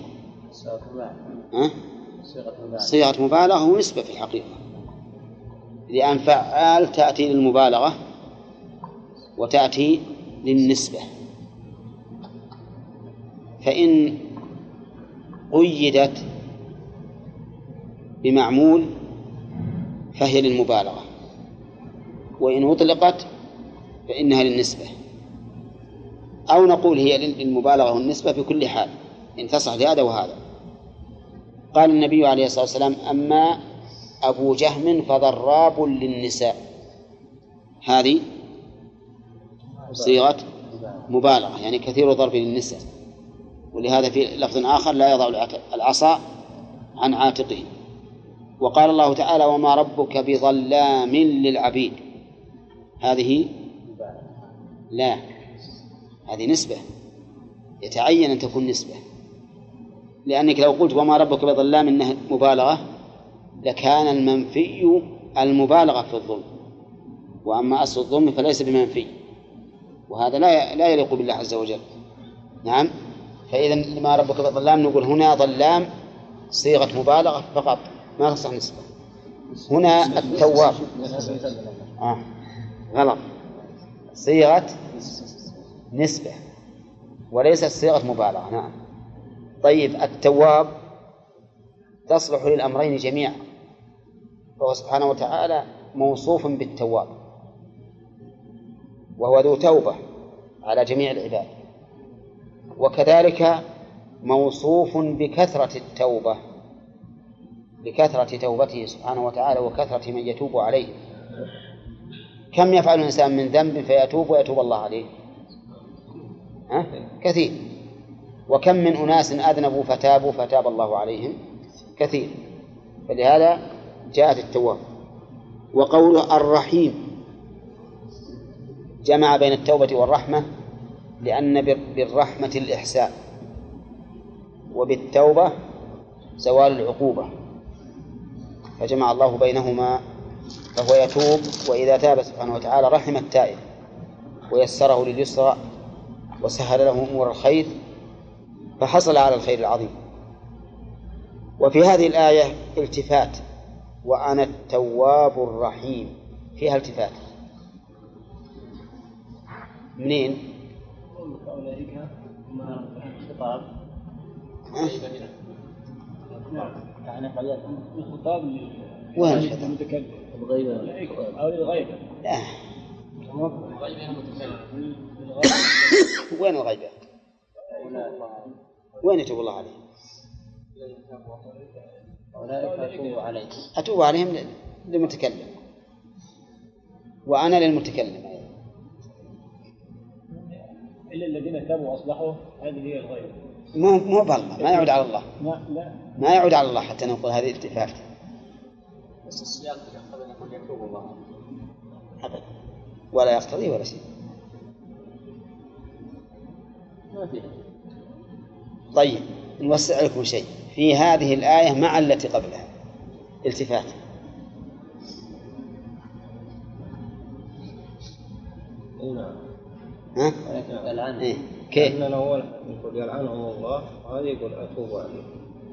Speaker 1: صيغة مبالغة ونسبة في الحقيقة، لأن فعال تأتي للمبالغة وتأتي للنسبة. فإن قيدت بمعمول فهي للمبالغة، وإن أطلقت فإنها للنسبة، أو نقول هي للمبالغة والنسبة في كل حال، إن تصح لهذا وهذا. قال النبي عليه الصلاة والسلام: أما أبو جهم فضراب للنساء. هذه صيغة مبالغة، يعني كثير ضرب للنساء. ولهذا في لفظ آخر: لا يضع العصا عن عاتقه. وقال الله تعالى: وما ربك بظلام للعبيد. هذه لا، هذه نسبة، يتعين أن تكون نسبة، لأنك لو قلت وما ربك بظلام إنها مبالغة لكان المنفي المبالغة في الظلم، وأما أصل الظلم فليس بمنفي، وهذا لا يليق بالله عز وجل. نعم، فإذا لما ربك بظلام نقول هنا ظلام صيغة مبالغة فقط، ما تصح نسبة. هنا التواب غلط، صيغة نسبة وليست صيغة مبالغة. نعم. طيب، التواب تصلح للأمرين جميعا، فهو سبحانه وتعالى موصوف بالتواب، وهو ذو توبة على جميع العباد، وكذلك موصوف بكثرة التوبة، بكثرة توبته سبحانه وتعالى وكثرة من يتوب عليه. كم يفعل الإنسان من ذنب فيتوب ويتوب الله عليه؟ كثير. وكم من أناس أذنبوا فتابوا فتاب الله عليهم؟ كثير. فلهذا جاءت التواب. وقوله الرحيم جمع بين التوبة والرحمة، لأن بالرحمة الإحسان وبالتوبة زوال العقوبة، فجمع الله بينهما، فهو يتوب، وإذا تاب سبحانه وتعالى رحم التائب ويسره لليسرى وسهل له أمور الخير فحصل على الخير العظيم. وفي هذه الآية التفات: وأنا التواب الرحيم، فيها التفات منين؟
Speaker 3: أولئك ما خطاب يعني خطاب
Speaker 1: وين الخطاب؟
Speaker 3: المتكلم أو للغيبة.
Speaker 1: لا، وين الغيبة؟ وين يتوب الله عليهم؟
Speaker 3: أولئك أتوب عليهم.
Speaker 1: أتوب عليهم للمتكلم، وأنا للمتكلم أيضا.
Speaker 5: إلا الذين تابوا وأصلحوا هذه هي الغير.
Speaker 1: مو بالله، ما يعود على الله.
Speaker 5: لا
Speaker 1: ما يعود على الله حتى نقول هذه التفات.
Speaker 2: بس السياق يقتضي أن يقول يتوب الله
Speaker 1: أبدا، ولا يقتضي ولا شيء.
Speaker 3: ما فيها.
Speaker 1: طيب نوسع لكم شيء في هذه الآية مع التي قبلها، التفات.
Speaker 4: نعم.
Speaker 1: ها؟
Speaker 3: الآن
Speaker 1: إيه؟ كيف؟
Speaker 4: لأن الأول يقول يلعنهم الله، وهذا يقول أتوب عليه.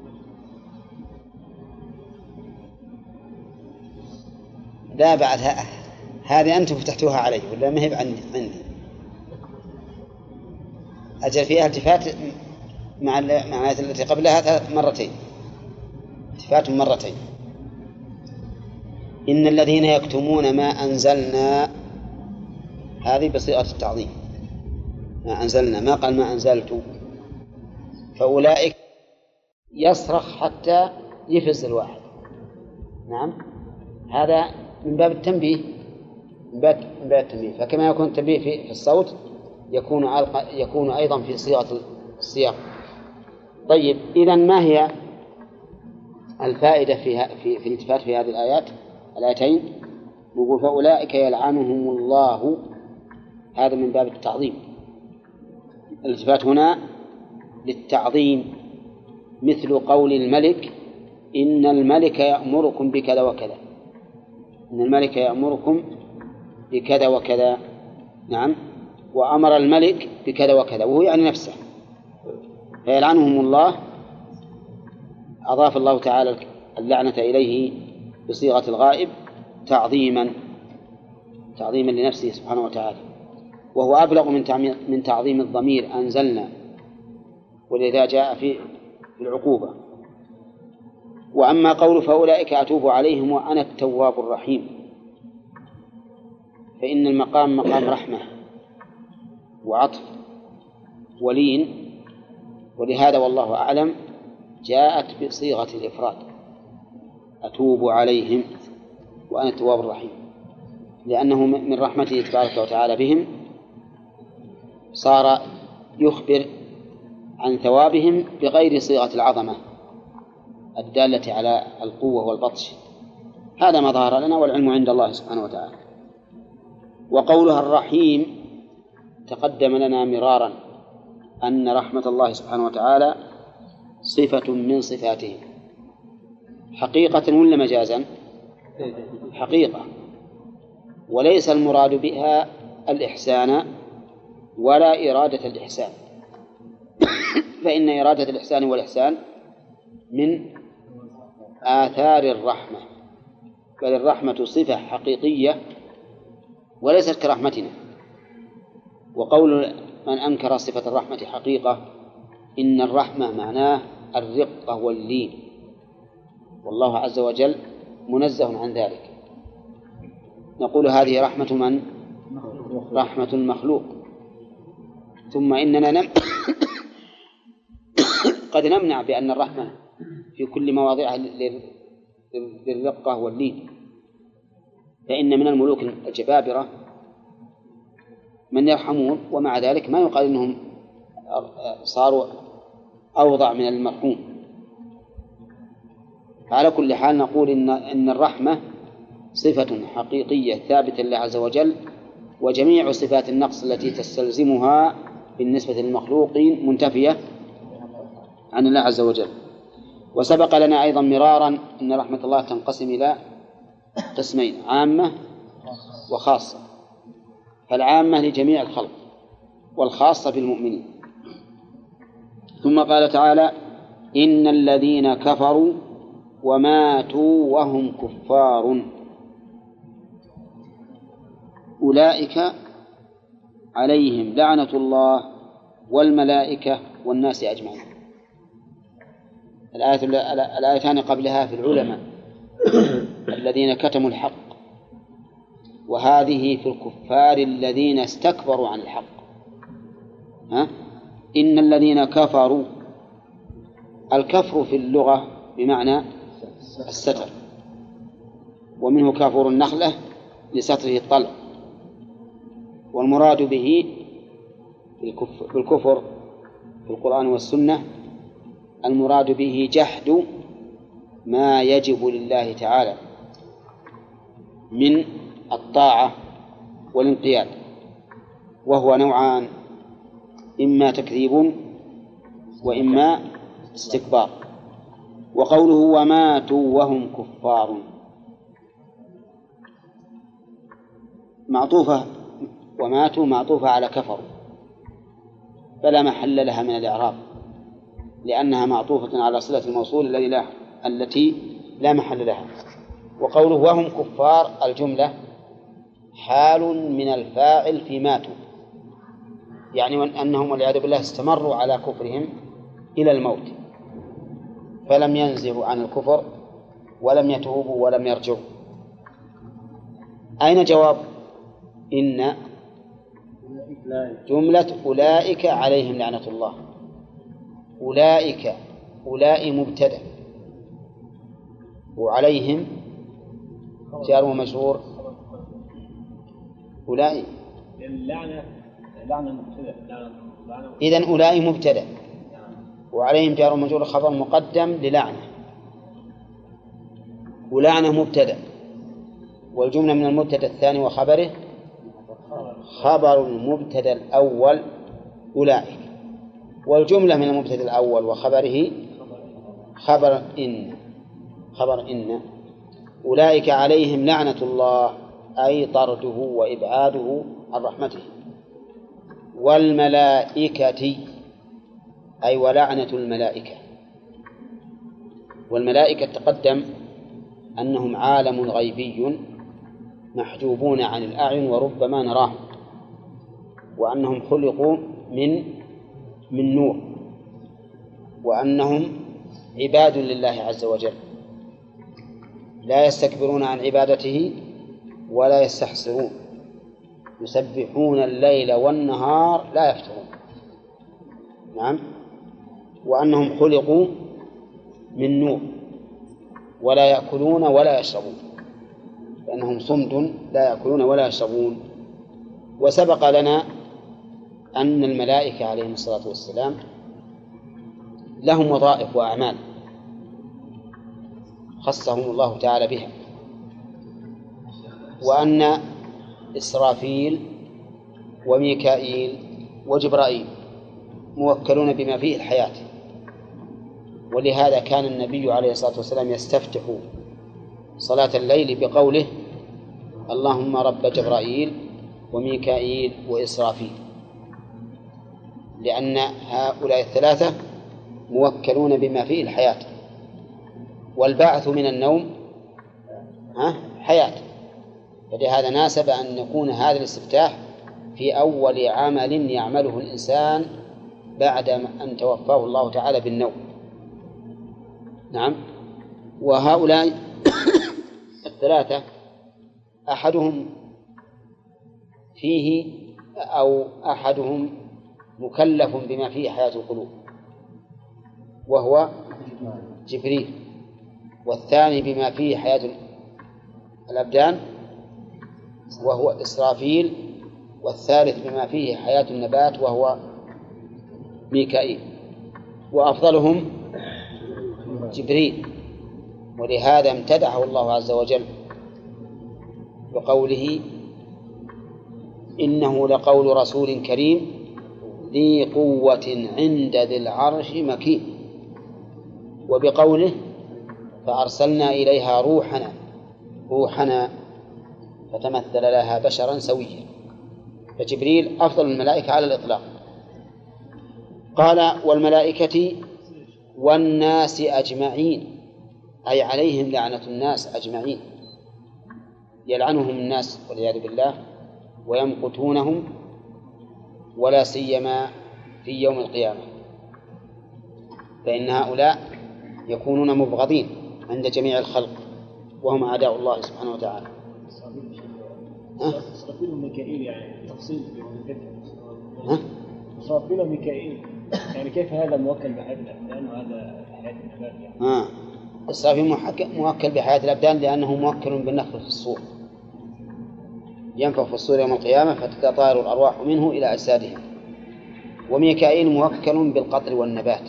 Speaker 1: لا بعد هذه أنتم فتحتوها علي ولا ما هي عندي؟ أجل فيها التفات مع الآية التي قبلها مرتين، التفات مرتين. إن الذين يكتمون ما أنزلنا، هذه بصيغة التعظيم، ما أنزلنا، ما قال ما أنزلت. فأولئك يصرخ حتى يفز الواحد. نعم، هذا من باب التنبيه، من باب التنبيه. فكما يكون التنبيه في الصوت يكون أيضا في صيغة السياق. طيب إذن ما هي الفائدة في الالتفات في هذه الآيتين؟ نقول فأولئك يلعنهم الله، هذا من باب التعظيم. الالتفات هنا للتعظيم، مثل قول الملك إن الملك يأمركم بكذا وكذا، إن الملك يأمركم بكذا وكذا. نعم، وأمر الملك بكذا وكذا، وهو يعني نفسه. فيلعنهم الله، أضاف الله تعالى اللعنة إليه بصيغة الغائب تعظيما لنفسه سبحانه وتعالى، وهو أبلغ من تعظيم الضمير أنزلنا، ولذا جاء في العقوبة. وأما قول فأولئك أتوب عليهم وأنا التواب الرحيم، فإن المقام مقام رحمة وعطف ولين، ولهذا والله أعلم جاءت بصيغة الإفراد، أتوب عليهم وأنا التواب الرحيم، لأنه من رحمته تبارك وتعالى بهم صار يخبر عن ثوابهم بغير صيغة العظمة الدالة على القوة والبطش. هذا ما ظهر لنا، والعلم عند الله سبحانه وتعالى. وقولها الرحيم تقدم لنا مرارا أن رحمة الله سبحانه وتعالى صفة من صفاته، حقيقة ولا مجازا؟ حقيقة، وليس المراد بها الإحسان ولا إرادة الإحسان، فإن إرادة الإحسان والإحسان من آثار الرحمة، بل الرحمة صفة حقيقية وليست كرحمتنا. وقول من أنكر صفة الرحمة حقيقة، إن الرحمة معناه الرقة واللين، والله عز وجل منزه عن ذلك. نقول هذه رحمة من؟ رحمة المخلوق. ثم إننا قد نمنع بأن الرحمة في كل مواضعها للرقة واللين، فإن من الملوك الجبابرة من يرحمون، ومع ذلك ما يقال إنهم صاروا أوضع من المرحوم. على كل حال نقول إن الرحمة صفة حقيقية ثابتة لله عز وجل، وجميع صفات النقص التي تستلزمها بالنسبة للمخلوقين منتفية عن الله عز وجل. وسبق لنا أيضا مرارا أن رحمة الله تنقسم إلى قسمين، عامة وخاصة، فالعامة لجميع الخلق والخاصة بالمؤمنين. ثم قال تعالى إن الذين كفروا وماتوا وهم كفار أولئك عليهم لعنة الله والملائكة والناس أجمعين. الآيتان قبلها في العلماء الذين كتموا الحق، وهذه في الكفار الذين استكبروا عن الحق. إن الذين كفروا الكفر في اللغة بمعنى الستر، ومنه كافور النخلة لستره الطلع. والمراد به بالكفر في القرآن والسنة المراد به جحد ما يجب لله تعالى من الطاعة والانقياد، وهو نوعان: إما تكذيب وإما استكبار. وقوله وماتوا وهم كفار معطوفة، وماتوا معطوفة على كفروا، فلا محل لها من الإعراب لأنها معطوفة على صلة الموصول التي لا محل لها. وقوله وهم كفار الجملة حال من الفاعل في ماتوا، يعني أنهم والعياذ بالله استمروا على كفرهم إلى الموت، فلم ينزهوا عن الكفر ولم يتوبوا ولم يرجعوا. أين جواب إن؟ جملة أولئك عليهم لعنة الله. أولئك مبتدأ، وعليهم جار ومجرور. أولئك
Speaker 5: لعنة مبتدأ.
Speaker 1: إذن أولئك مبتدأ وعليهم جار ومجرور خبر مقدم للعنة، ولعنة مبتدأ، والجملة من المبتدأ الثاني وخبره خبر المبتدأ الأول أولئك، والجملة من المبتدأ الأول وخبره خبر إن أولئك عليهم لعنة الله أي طرده وإبعاده عن رحمته، والملائكة أي ولعنة الملائكة. والملائكة تقدم أنهم عالم غيبي محجوبون عن الأعين وربما نراهم، وأنهم خلقوا من نور، وأنهم عباد لله عز وجل لا يستكبرون عن عبادته ولا يستحسرون، يسبحون الليل والنهار لا يفترون. نعم. وأنهم خلقوا من نور ولا يأكلون ولا يشربون، لأنهم صمد لا يأكلون ولا يشربون. وسبق لنا أن الملائكة عليهم الصلاة والسلام لهم وظائف وأعمال خصهم الله تعالى بها، وأن إسرافيل وميكائيل وجبرائيل موكلون بما فيه الحياة. ولهذا كان النبي عليه الصلاة والسلام يستفتح صلاة الليل بقوله اللهم رب جبرائيل وميكائيل وإسرافيل، لأن هؤلاء الثلاثة موكلون بما فيه الحياة، والبعث من النوم حياة. فلهذا ناسب أن يكون هذا الاستفتاح في أول عمل يعمله الإنسان بعد أن توفاه الله تعالى بالنوم. نعم. وهؤلاء الثلاثة أحدهم فيه أو أحدهم مكلف بما فيه حياة القلوب وهو جبريل، والثاني بما فيه حياة الأبدان وهو إسرافيل، والثالث بما فيه حياة النبات وهو ميكائيل، وأفضلهم جبريل. ولهذا امتدحه الله عز وجل بقوله إنه لقول رسول كريم ذي قوة عند ذي العرش مكين، وبقوله فأرسلنا إليها روحنا فتمثل لها بشرا سويا. فجبريل أفضل الملائكة على الإطلاق. قال والملائكة والناس أجمعين أي عليهم لعنة الناس أجمعين، يلعنهم الناس والعياذ بالله ويمقتونهم، ولا سيما في يوم القيامة، فإن هؤلاء يكونون مبغضين عند جميع الخلق وهم أعداء الله سبحانه وتعالى.
Speaker 5: إسرافيل وميكائيل يعني تفصيل في إسرافيل وميكائيل يعني كيف هذا موكل بهذا أنه هذا حياة النبات يعني.
Speaker 1: الإسرافيل موكل بحياة الأبدان لأنه موكل بالنفخ في الصور، ينفخ في الصور يوم القيامة فتتطاير الأرواح منه إلى أجسادهم. وميكائيل موكل بالقطر والنبات،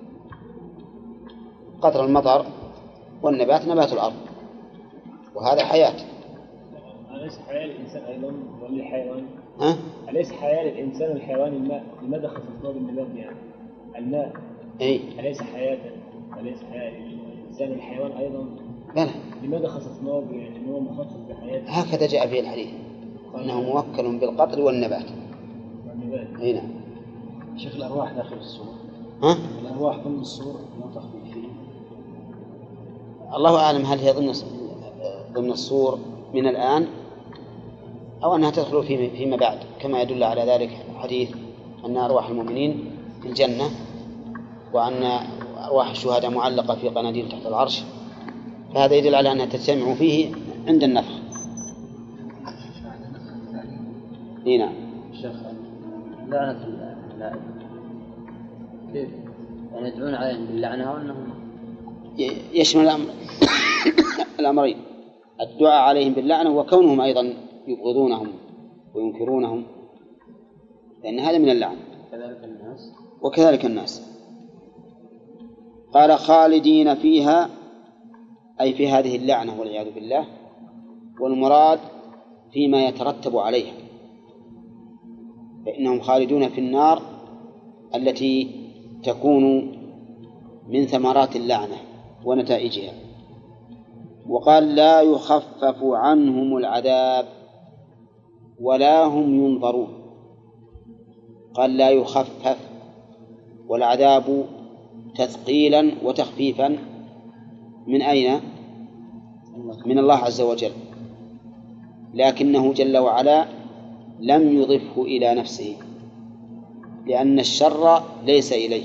Speaker 1: قطر المطر والنبات نبات الأرض، وهذا حياة.
Speaker 5: أليس حياة الإنسان أيضا والحيوان؟
Speaker 1: ها؟
Speaker 5: أليس حياة الإنسان والحيوان الماء؟ لماذا خصصناه بالنبات يعني؟ الماء أليس حياة؟ أليس حياة الإنسان والحيوان أيضا؟
Speaker 1: بلى.
Speaker 5: لماذا خصصناه يعني هو مخصص بحياة؟
Speaker 1: هكذا جاء في الحديث أنه موكل بالقطر والنبات.
Speaker 5: والنبات.
Speaker 1: نعم.
Speaker 3: شيخ الأرواح داخل الصور.
Speaker 1: ها؟
Speaker 3: الأرواح ضمن الصور ينطق فيه.
Speaker 1: الله أعلم هل هي ضمن الصور من الآن أو أنها تدخل فيما بعد، كما يدل على ذلك حديث أن أرواح المؤمنين في الجنة، وأن أرواح الشهداء معلقة في قناديل تحت العرش، فهذا يدل على أنها تجتمع فيه عند النفخ. نعم.
Speaker 3: شيخ لعنة الملائكة كيف؟ يعني يدعون عليهم باللعنة وأنهم
Speaker 1: يشمل الأمرين، الدعاء عليهم باللعنة وكونهم أيضا يبغضونهم وينكرونهم، لأن هذا من اللعنة. وكذلك الناس. قال خالدين فيها، أي في هذه اللعنة والعياذ بالله، والمراد فيما يترتب عليها، فإنهم خالدون في النار التي تكون من ثمرات اللعنة ونتائجها. وقال لا يخفف عنهم العذاب ولا هم ينظرون. قال لا يخفف، والعذاب تثقيلا وتخفيفا من أين؟ من الله عز وجل، لكنه جل وعلا لم يضفه إلى نفسه، لأن الشر ليس إليه.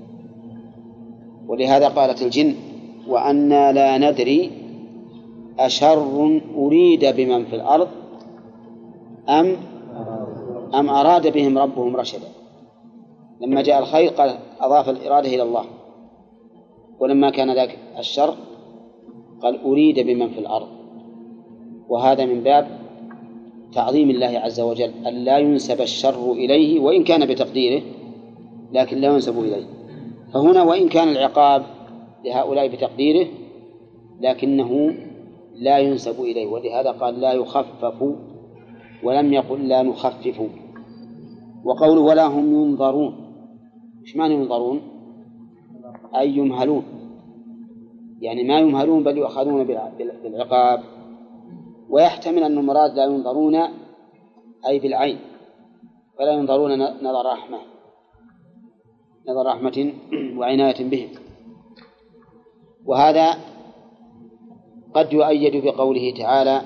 Speaker 1: ولهذا قالت الجن وأنا لا ندري أشر أريد بمن في الأرض أم أراد بهم ربهم رشدا. لما جاء الخير قال أضاف الإرادة إلى الله، ولما كان ذاك الشر قال أريد بمن في الأرض. وهذا من باب تعظيم الله عز وجل، أن لا ينسب الشر إليه وإن كان بتقديره، لكن لا ينسب إليه. فهنا وإن كان العقاب لهؤلاء بتقديره لكنه لا ينسب إليه، ولهذا قال لا يخفف ولم يقل لا نخفف. وقوله ولا هم ينظرون، إيش معنى ينظرون؟ أي يمهلون، يعني ما يمهلون بل يؤخذون بالعقاب. ويحتمل أن المراد لا ينظرون أي بالعين، فلا ينظرون نظر رحمة وعناية بهم. وهذا قد يؤيد بقوله تعالى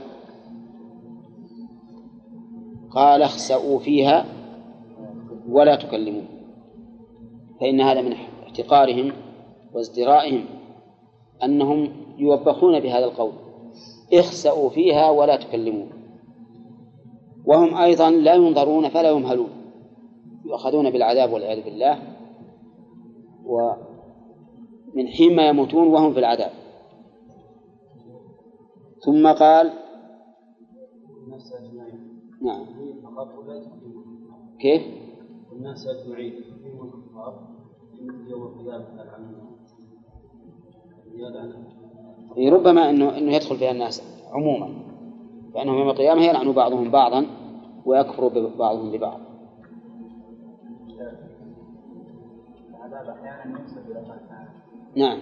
Speaker 1: قال اخسئوا فيها ولا تكلمون، فإن هذا من احتقارهم وازدرائهم أنهم يوبخون بهذا القول اخسئوا فيها ولا تكلمون، وهم أيضا لا ينظرون فلا يمهلون، يؤخذون بالعذاب والعياذ بالله، ومن حين ما يموتون وهم في العذاب. ثم قال نعم كيف؟
Speaker 2: الناس أجمعين يوم القيامة
Speaker 1: ربما أنه يدخل فيها الناس عموما، فإنهم يوم القيامة يلعن بعضهم بعضا ويكفر بعضهم ببعض.
Speaker 2: العذاب أحيانا ينسب إلى الله تعالى.
Speaker 1: نعم.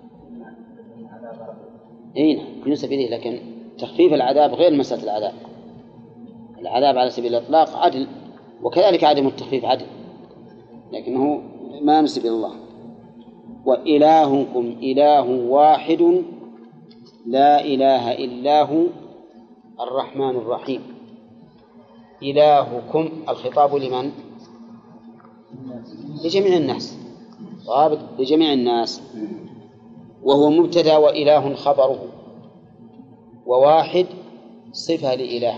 Speaker 1: نعم ينسب إليه، لكن تخفيف العذاب غير مسألة العذاب. العذاب على سبيل الإطلاق عدل، وكذلك عدم التخفيف عدل، لكنه ما ينسب إلى الله. وإلهكم إله واحد لا إله إلا هو الرحمن الرحيم. إلهكم الخطاب لمن؟ لجميع الناس، رابط لجميع الناس، وهو مبتدأ وإله خبره، وواحد صفة لإله،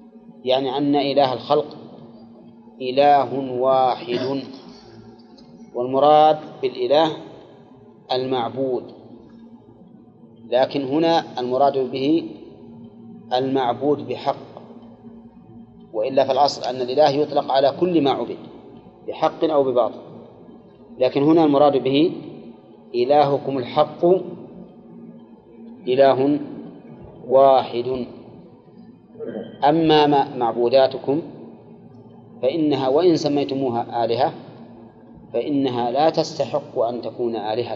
Speaker 1: يعني أن إله الخلق إله واحد والمراد بالإله المعبود، لكن هنا المراد به المعبود بحق، وإلا فالأصل أن الإله يطلق على كل ما عبد بحق أو بباطل، لكن هنا المراد به إلهكم الحق إله واحد. أما معبوداتكم فإنها وإن سميتموها آلهة فإنها لا تستحق أن تكون آلهة،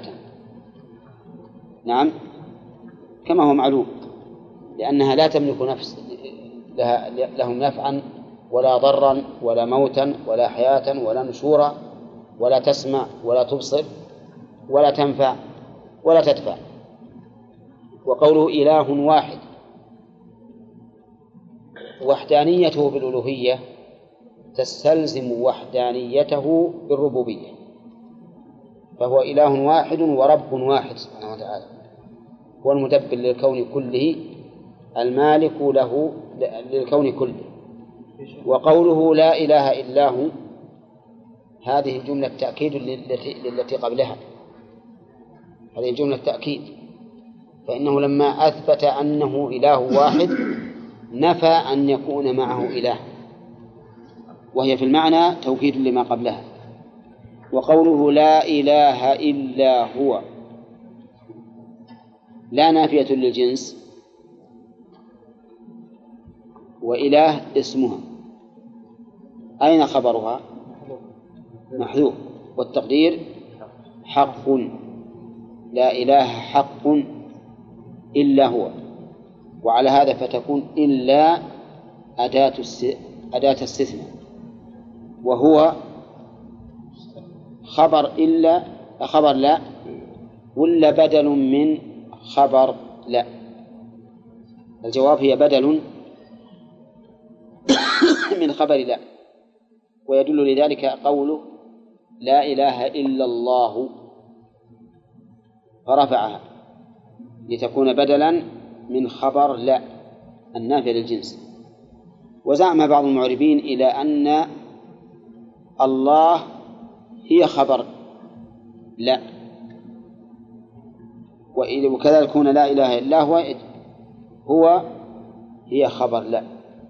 Speaker 1: نعم كما هو معلوم، لأنها لا تملك نفس لهم نفعا ولا ضرا ولا موتا ولا حياة ولا نشورا، ولا تسمع ولا تبصر ولا تنفع ولا تدفع. وقوله إله واحد، وحدانيته بالألوهية تستلزم وحدانيته بالربوبية، فهو إله واحد ورب واحد سبحانه وتعالى، هو المدبر للكون كله المالك له للكون كله. وقوله لا إله إلا هو هذه الجملة تأكيد للتي قبلها، هذه الجملة تأكيد، فإنه لما أثبت أنه إله واحد نفى أن يكون معه إله، وهي في المعنى توكيد لما قبلها. وقوله لا إله إلا هو لا نافية للجنس، وإله اسمها، أين خبرها؟ محذوف، والتقدير حق، لا إله حق إلا هو، وعلى هذا فتكون إلا أداة استثناء، وهو خبر لا ولا بدل من خبر لا؟ الجواب هي بدل من خبر لا، ويدل لذلك قوله لا إله إلا الله فرفعها لتكون بدلا من خبر لا النافية للجنس. وزعم بعض المعربين إلى أن الله هي خبر لا، وكذلك يكون لا إله إلا هو هي خبر لا،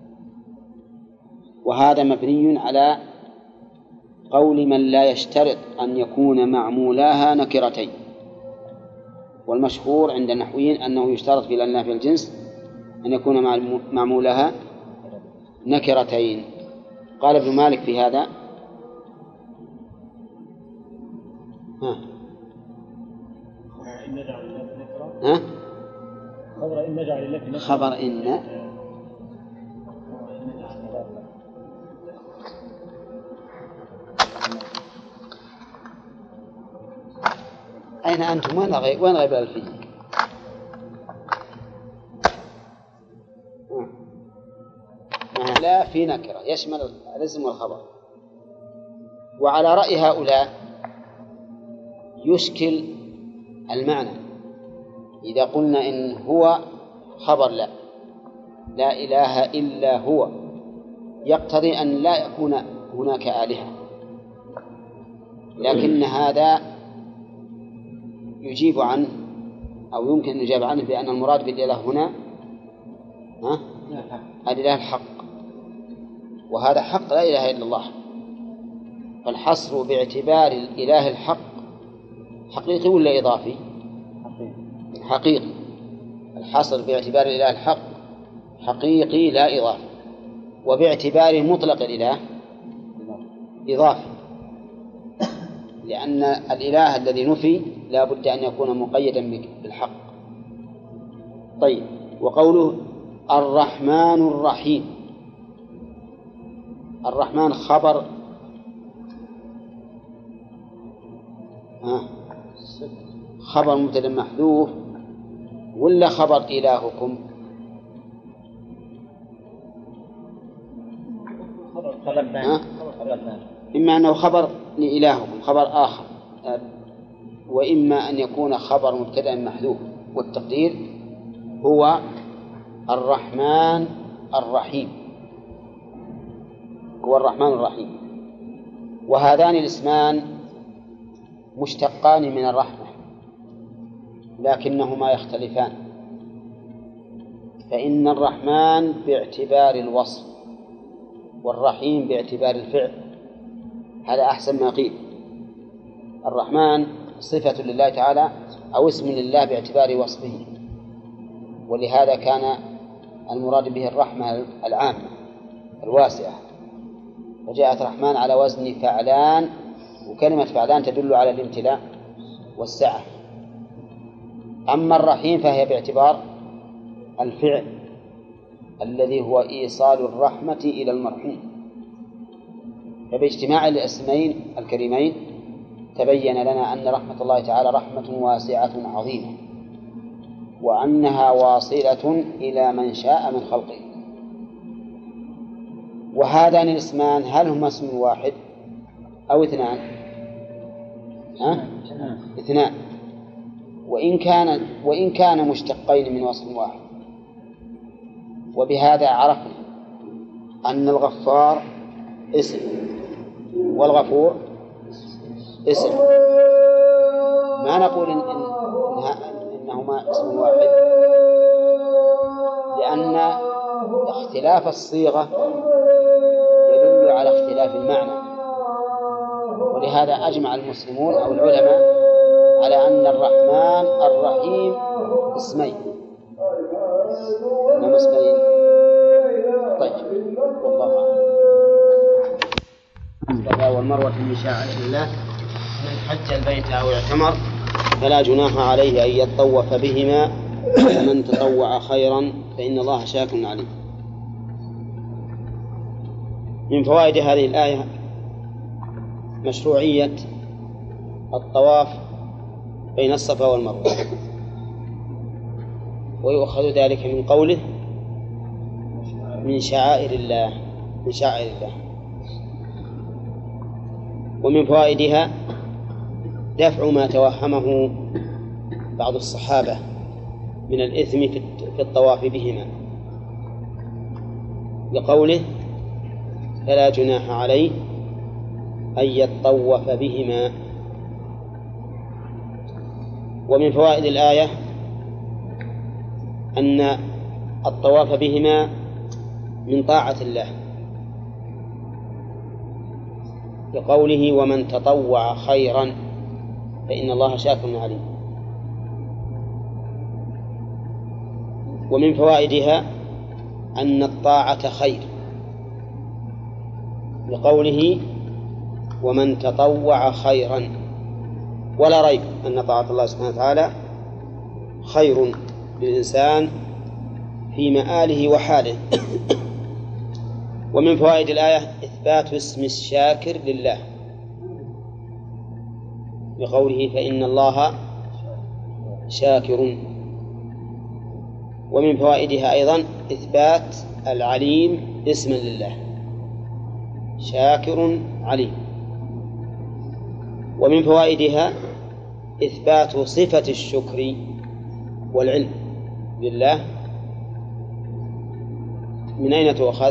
Speaker 1: وهذا مبني على قول من لا يشترط أن يكون معمولاها نكرتين، والمشهور عند النحويين أنه يشترط في النافية الجنس أن يكون معمولها نكرتين. قال ابن مالك في هذا خبر إن أين أنتم؟ وين غيب الألفية؟ لا في نكرة يشمل الاسم والخبر. وعلى رأي هؤلاء يشكل المعنى إذا قلنا إن هو خبر لا إله إلا هو، يقتضي أن لا يكون هناك آلهة، لكن هذا يجيب عنه أو يمكن أن يجاب عنه بأن المراد بالإله هنا الإله الحق، وهذا حق لا إله إلا الله، فالحصر باعتبار الإله الحق حقيقي ولا إضافي؟ حقيقي. الحصر باعتبار الإله الحق حقيقي لا إضافي، وباعتبار مطلق الإله إضافي، لأن الإله الذي نفي لا بد أن يكون مقيدا بالحق. طيب، وقوله الرحمن الرحيم، الرحمن خبر خبر مبتدأ محذوف ولا خبر إلهكم؟ إما أنه خبر لإلهكم خبر آخر، وإما أن يكون خبر مبتدأ محذوف، والتقدير هو الرحمن الرحيم، هو الرحمن الرحيم. وهذان الاسمان مشتقان من الرحمة لكنهما يختلفان، فإن الرحمن باعتبار الوصف والرحيم باعتبار الفعل، هذا أحسن ما قيل. الرحمن صفة لله تعالى أو اسم لله باعتبار وصفه، ولهذا كان المراد به الرحمة العامة الواسعة، وجاءت رحمن على وزن فعلان، وكلمة فعلان تدل على الامتلاء والسعة. أما الرحيم فهي باعتبار الفعل الذي هو إيصال الرحمة إلى المرحوم. فباجتماع الاسمين الكريمين تبين لنا أن رحمة الله تعالى رحمة واسعة عظيمة، وأنها واصلة إلى من شاء من خلقه. وهذان الاسمان هل هما اسم واحد أو اثنان؟ اثنان، وإن كان مشتقين من وصف واحد. وبهذا عرفنا أن الغفار اسم والغفور اسم، ما نقول إنهما اسم واحد، لأن اختلاف الصيغة يدل على اختلاف المعنى. ولهذا أجمع المسلمون أو العلماء على أن الرحمن الرحيم اسمين، إنما اسمين. طيب، والله أعلم. الصفا والمروة من شعائر الله، من حج البيت أو اعتمر فلا جناح عليه أن يطوف بهما، ومن تطوع خيرا فإن الله شاكر عليم. من فوائد هذه الآية مشروعية الطواف بين الصفا والمروة، ويؤخذ ذلك من قوله من شعائر الله، من شعائر الله. ومن فوائدها دفع ما توهمه بعض الصحابة من الإثم في الطواف بهما، لقوله فلا جناح عليه أن يطوف بهما. ومن فوائد الآية أن الطواف بهما من طاعة الله، لقوله ومن تطوع خيرا فإن الله شاكر عليم. ومن فوائدها أن الطاعة خير، لقوله ومن تطوع خيرا، ولا ريب أن طاعة الله سبحانه وتعالى خير للإنسان في مآله وحاله. ومن فوائد الآية إثبات اسم الشاكر لله، بقوله فإن الله شاكر. ومن فوائدها أيضا إثبات العليم اسما لله، شاكر عليم. ومن فوائدها إثبات صفة الشكر والعلم لله. من أين تؤخذ؟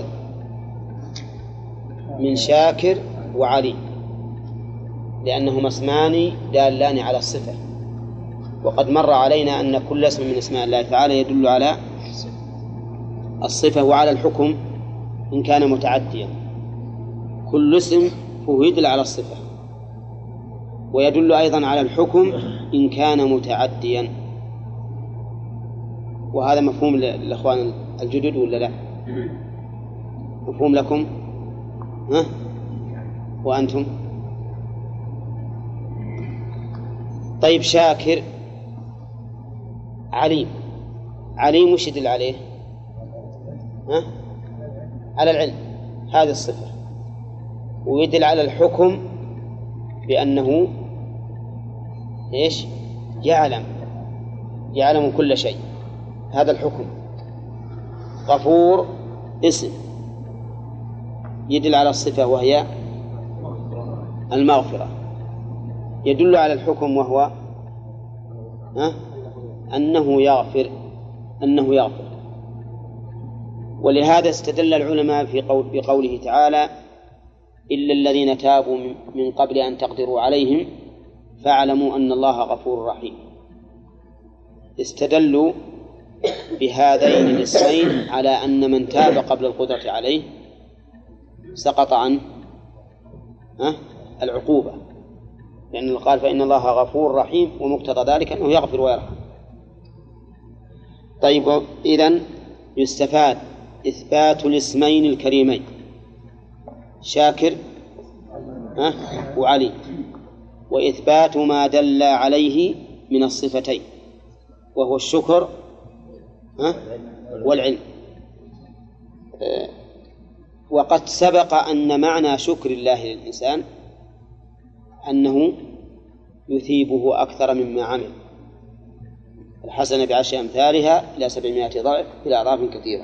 Speaker 1: من شاكر وعليم، لأنهما اسمان دالان على الصفة. وقد مر علينا أن كل اسم من اسماء الله تعالى يدل على الصفة وعلى الحكم إن كان متعديا. كل اسم هو يدل على الصفة، ويدل أيضا على الحكم إن كان متعديا. وهذا مفهوم للأخوان الجدد ولا لا؟ مفهوم لكم؟ ها؟ وأنتم؟ طيب، شاكر عليم. عليم وش يدل عليه؟ ها؟ على العلم، هذه الصفة. ويدل على الحكم بأنه إيش؟ يعلم كل شيء، هذا الحكم. غفور اسم يدل على الصفة وهي المغفرة، يدل على الحكم وهو أنه يغفر. ولهذا استدل العلماء بقوله تعالى إلا الذين تابوا من قبل أن تقدروا عليهم فاعلموا أن الله غفور رحيم. استدلوا بهذين الاسمين على أن من تاب قبل القدرة عليه سقط عن العقوبة، لأنه قال فإن الله غفور رحيم، ومقتضى ذلك أنه يغفر ويرحم. طيب، إذن يستفاد إثبات الاسمين الكريمين شاكر وعليم، وإثبات ما دل عليه من الصفتين وهو الشكر والعلم. وقد سبق أن معنى شكر الله للإنسان أنه يثيبه أكثر مما عمل، الحسنة بعشر أمثالها إلى 700 ضعف إلى أضعاف كثيرة.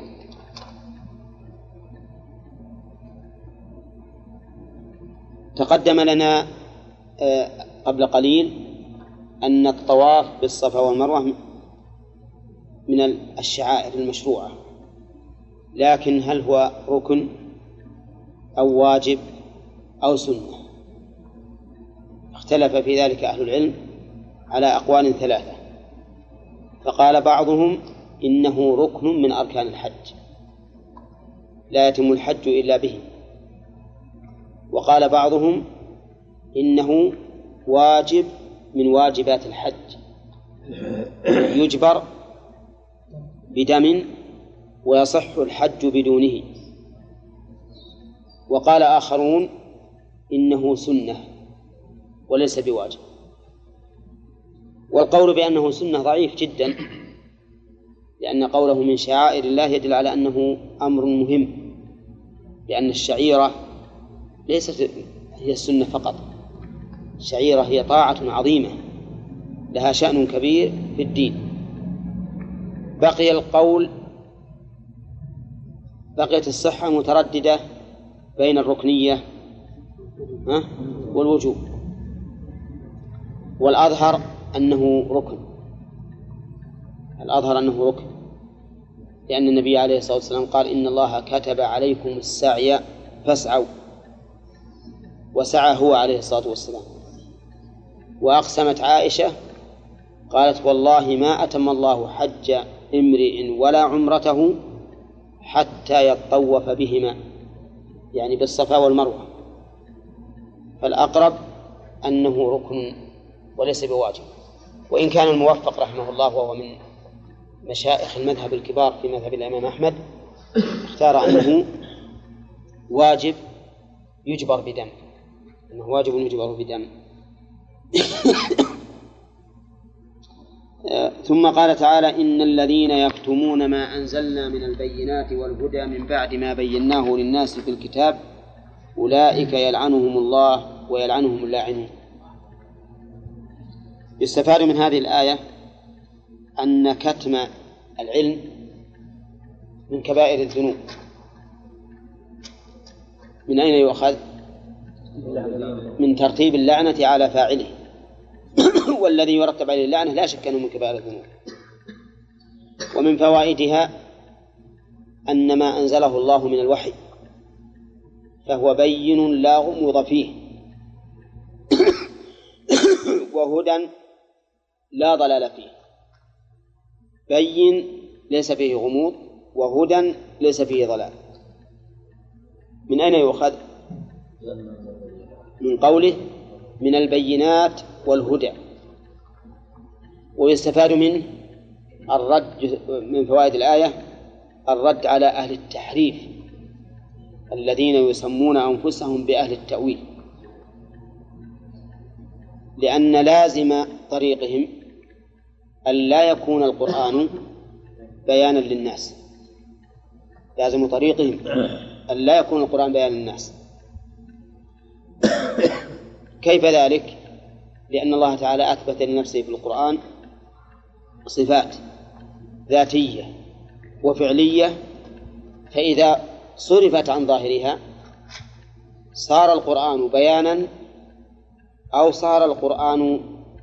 Speaker 1: تقدم لنا قبل قليل أن الطواف بالصفا والمروة من الشعائر المشروعة، لكن هل هو ركن أو واجب أو سنة؟ اختلف في ذلك أهل العلم على أقوال ثلاثة. فقال بعضهم إنه ركن من أركان الحج لا يتم الحج إلا به، وقال بعضهم إنه واجب من واجبات الحج يجبر بدم ويصح الحج بدونه، وقال آخرون إنه سنة وليس بواجب. والقول بأنه سنة ضعيف جدا، لأن قوله من شعائر الله يدل على أنه أمر مهم، لأن الشعيرة ليست هي السنة فقط، الشعيرة هي طاعة عظيمة لها شأن كبير في الدين. بقيت الصحة مترددة بين الركنية والوجوب، والأظهر أنه ركن، لأن النبي عليه الصلاة والسلام قال إن الله كتب عليكم السعي فاسعوا، وسعى هو عليه الصلاة والسلام. وأقسمت عائشة قالت والله ما أتم الله حج امرئ ولا عمرته حتى يطوف بهما، يعني بالصفا والمروة. فالأقرب أنه ركن وليس بواجب، وإن كان الموفق رحمه الله وهو من مشائخ المذهب الكبار في مذهب الإمام أحمد اختار أنه واجب يجبر بدم، أنه واجب يجبر بدم. ثم قال تعالى إن الذين يكتمون ما أنزلنا من البينات والهدى من بعد ما بيناه للناس في الكتاب أولئك يلعنهم الله ويلعنهم اللاعنون. يستفاد من هذه الآية أن كتم العلم من كبائر الذنوب. من أين يؤخذ؟ من ترتيب اللعنة على فاعله، والذي يرتب عليه اللعنة لا شك أنه من كبائر الذنوب. ومن فوائدها أن ما أنزله الله من الوحي فهو بين لا غموض فيه، وهدى لا ضلال فيه. بين ليس فيه غموض، وهدى ليس فيه ضلال. من أين يؤخذ؟ من قوله من البينات والهدى. ويستفاد منه الرد، من فوائد الآية الرد على أهل التحريف الذين يسمون أنفسهم بأهل التأويل، لأن لازم طريقهم أن لا يكون القرآن بيانا للناس. لازم طريقهم أن لا يكون القرآن بيانا للناس. كيف ذلك؟ لأن الله تعالى أثبت لنفسه في القرآن صفات ذاتية وفعلية، فإذا صرفت عن ظاهرها صار القرآن بيانا أو صار القرآن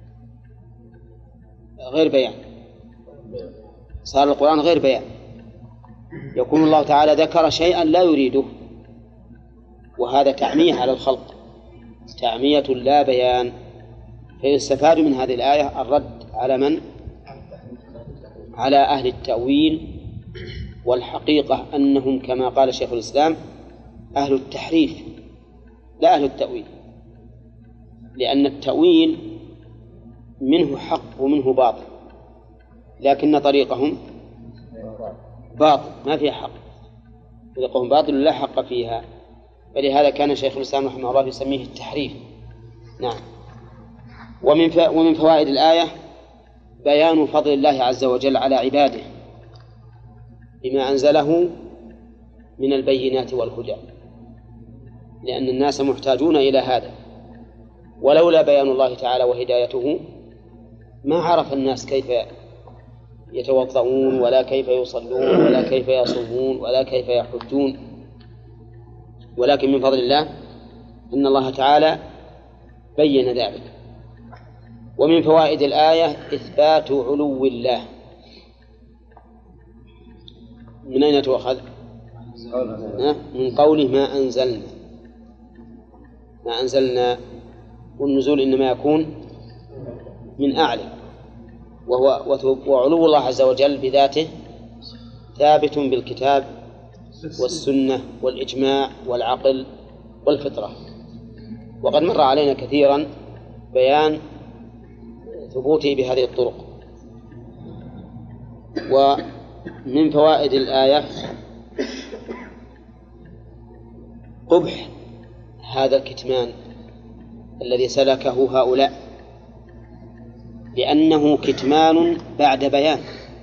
Speaker 1: غير بيان. صار القرآن غير بيان، يكون الله تعالى ذكر شيئا لا يريده، وهذا تعمية على الخلق، تعمية لا بيان. فيستفاد من هذه الآية الرد على من؟ على أهل التأويل، والحقيقة أنهم كما قال شيخ الإسلام أهل التحريف لا أهل التأويل، لأن التأويل منه حق ومنه باطل، لكن طريقهم باطل ما فيها حق، طريقهم باطل لا حق فيها، فلهذا كان شيخ الإسلام رحمه الله يسميه التحريف. نعم. ومن فوائد الآية بيان فضل الله عز وجل على عباده بما أنزله من البينات والهدى، لأن الناس محتاجون إلى هذا، ولولا بيان الله تعالى وهدايته ما عرف الناس كيف يتوضؤون ولا كيف يصلون ولا كيف يصومون ولا كيف يحجون، ولكن من فضل الله أن الله تعالى بين ذلك. ومن فوائد الآية إثبات علو الله. من أين تؤخذ؟ من قوله ما أنزلنا، والنزول إنما يكون من أعلى، وعلو الله عز وجل بذاته ثابت بالكتاب والسنة والإجماع والعقل والفطرة، وقد مر علينا كثيرا بيان ثبوته بهذه الطرق. ومن فوائد الآية قبح هذا الكتمان الذي سلكه هؤلاء، لأنه كتمان بعد بيان،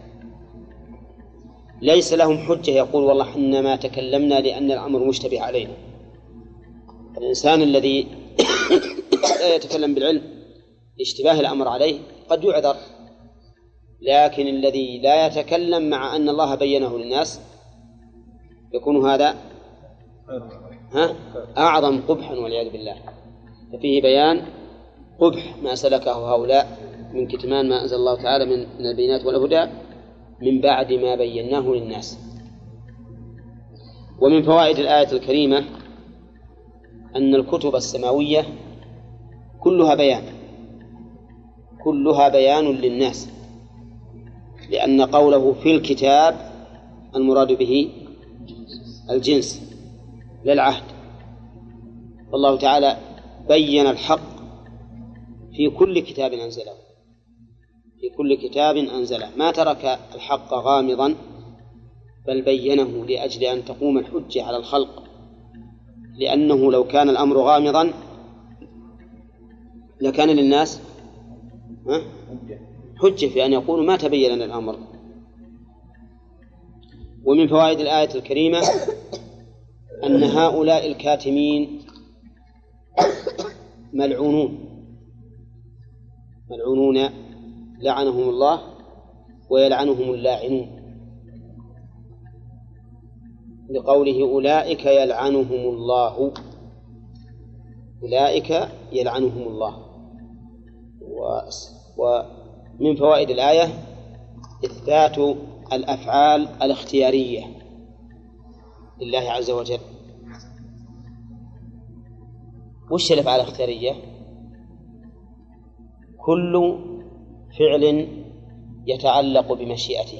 Speaker 1: ليس لهم حجة يقول والله إنما تكلمنا لأن الأمر مشتبه علينا. الإنسان الذي لا يتكلم بالعلم لاشتباه الأمر عليه قد يعذر، لكن الذي لا يتكلم مع أن الله بينه للناس يكون هذا أعظم قبحا والعياذ بالله. ففيه بيان قبح ما سلكه هؤلاء من كتمان ما أنزل الله تعالى من البينات والهدى من بعد ما بيناه للناس. ومن فوائد الآية الكريمة أن الكتب السماوية كلها بيان للناس، لأن قوله في الكتاب المراد به الجنس للعهد، والله تعالى بين الحق في كل كتاب أنزله، ما ترك الحق غامضا بل بينه لأجل أن تقوم الحجة على الخلق، لأنه لو كان الأمر غامضا لكان للناس حجة في أن يقولوا ما تبين لنا الأمر. ومن فوائد الآية الكريمة أن هؤلاء الكاتمين ملعونون لعنهم الله ويلعنهم اللاعنون، لقوله أولئك يلعنهم الله. ومن فوائد الآية إثبات الأفعال الاختيارية لله عز وجل. وش الأفعال الاختيارية؟ كل فعل يتعلق بمشيئته،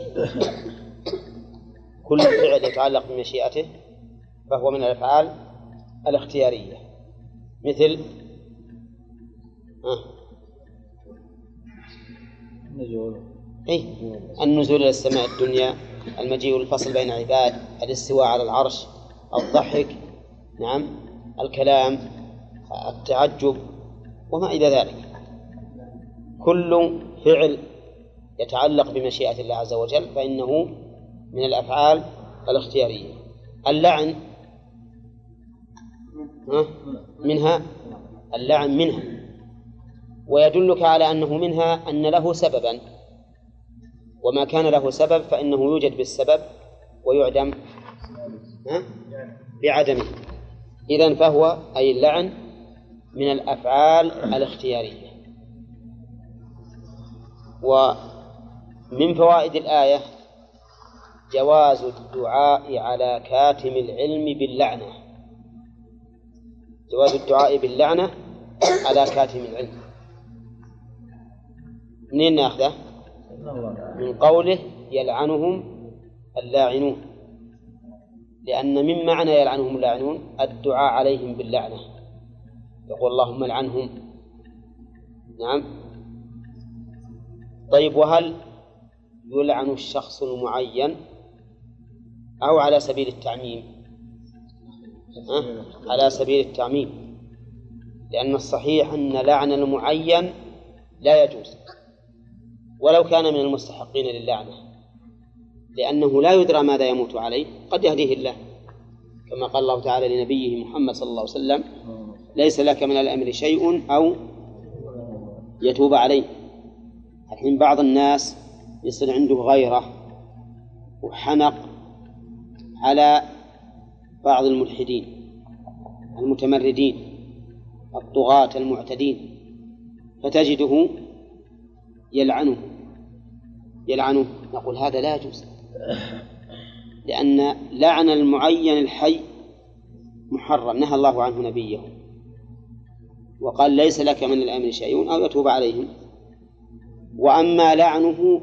Speaker 1: كل فعل يتعلق بمشيئته فهو من الأفعال الاختيارية، مثل النزول إلى السماء الدنيا، المجيء والفصل بين عباد، الاستواء على العرش، الضحك، نعم، الكلام، التعجب وما إلى ذلك. كل فعل يتعلق بمشيئة الله عز وجل فإنه من الأفعال الاختيارية. اللعن منها، ويدلك على أنه منها أن له سببا، وما كان له سبب فإنه يوجد بالسبب ويعدم بعدمه. إذن فهو أي اللعن من الأفعال الاختيارية. ومن فوائد الآية جواز الدعاء على كاتم العلم باللعنة، جواز الدعاء باللعنة على كاتم العلم، منين ناخذه؟ من قوله يلعنهم اللاعنون، لأن من معنى يلعنهم اللاعنون الدعاء عليهم باللعنة، يقول اللهم لعنهم. نعم. طيب، وهل يلعن الشخص المعين أو على سبيل التعميم؟ على سبيل التعميم، لأن الصحيح أن لعن المعين لا يجوز ولو كان من المستحقين للعنة، لأنه لا يدرى ماذا يموت عليه، قد يهديه الله، كما قال الله تعالى لنبيه محمد صلى الله عليه وسلم ليس لك من الأمر شيء أو يتوب عليه. الحين بعض الناس يصير عنده غيرة وحنق على بعض الملحدين المتمردين الطغاة المعتدين، فتجده يلعنه. نقول هذا لا يجوز، لأن لعن المعين الحي محرم، نهى الله عنه نبيه وقال ليس لك من الأمر شيء أو يتوب عليهم. وأما لعنه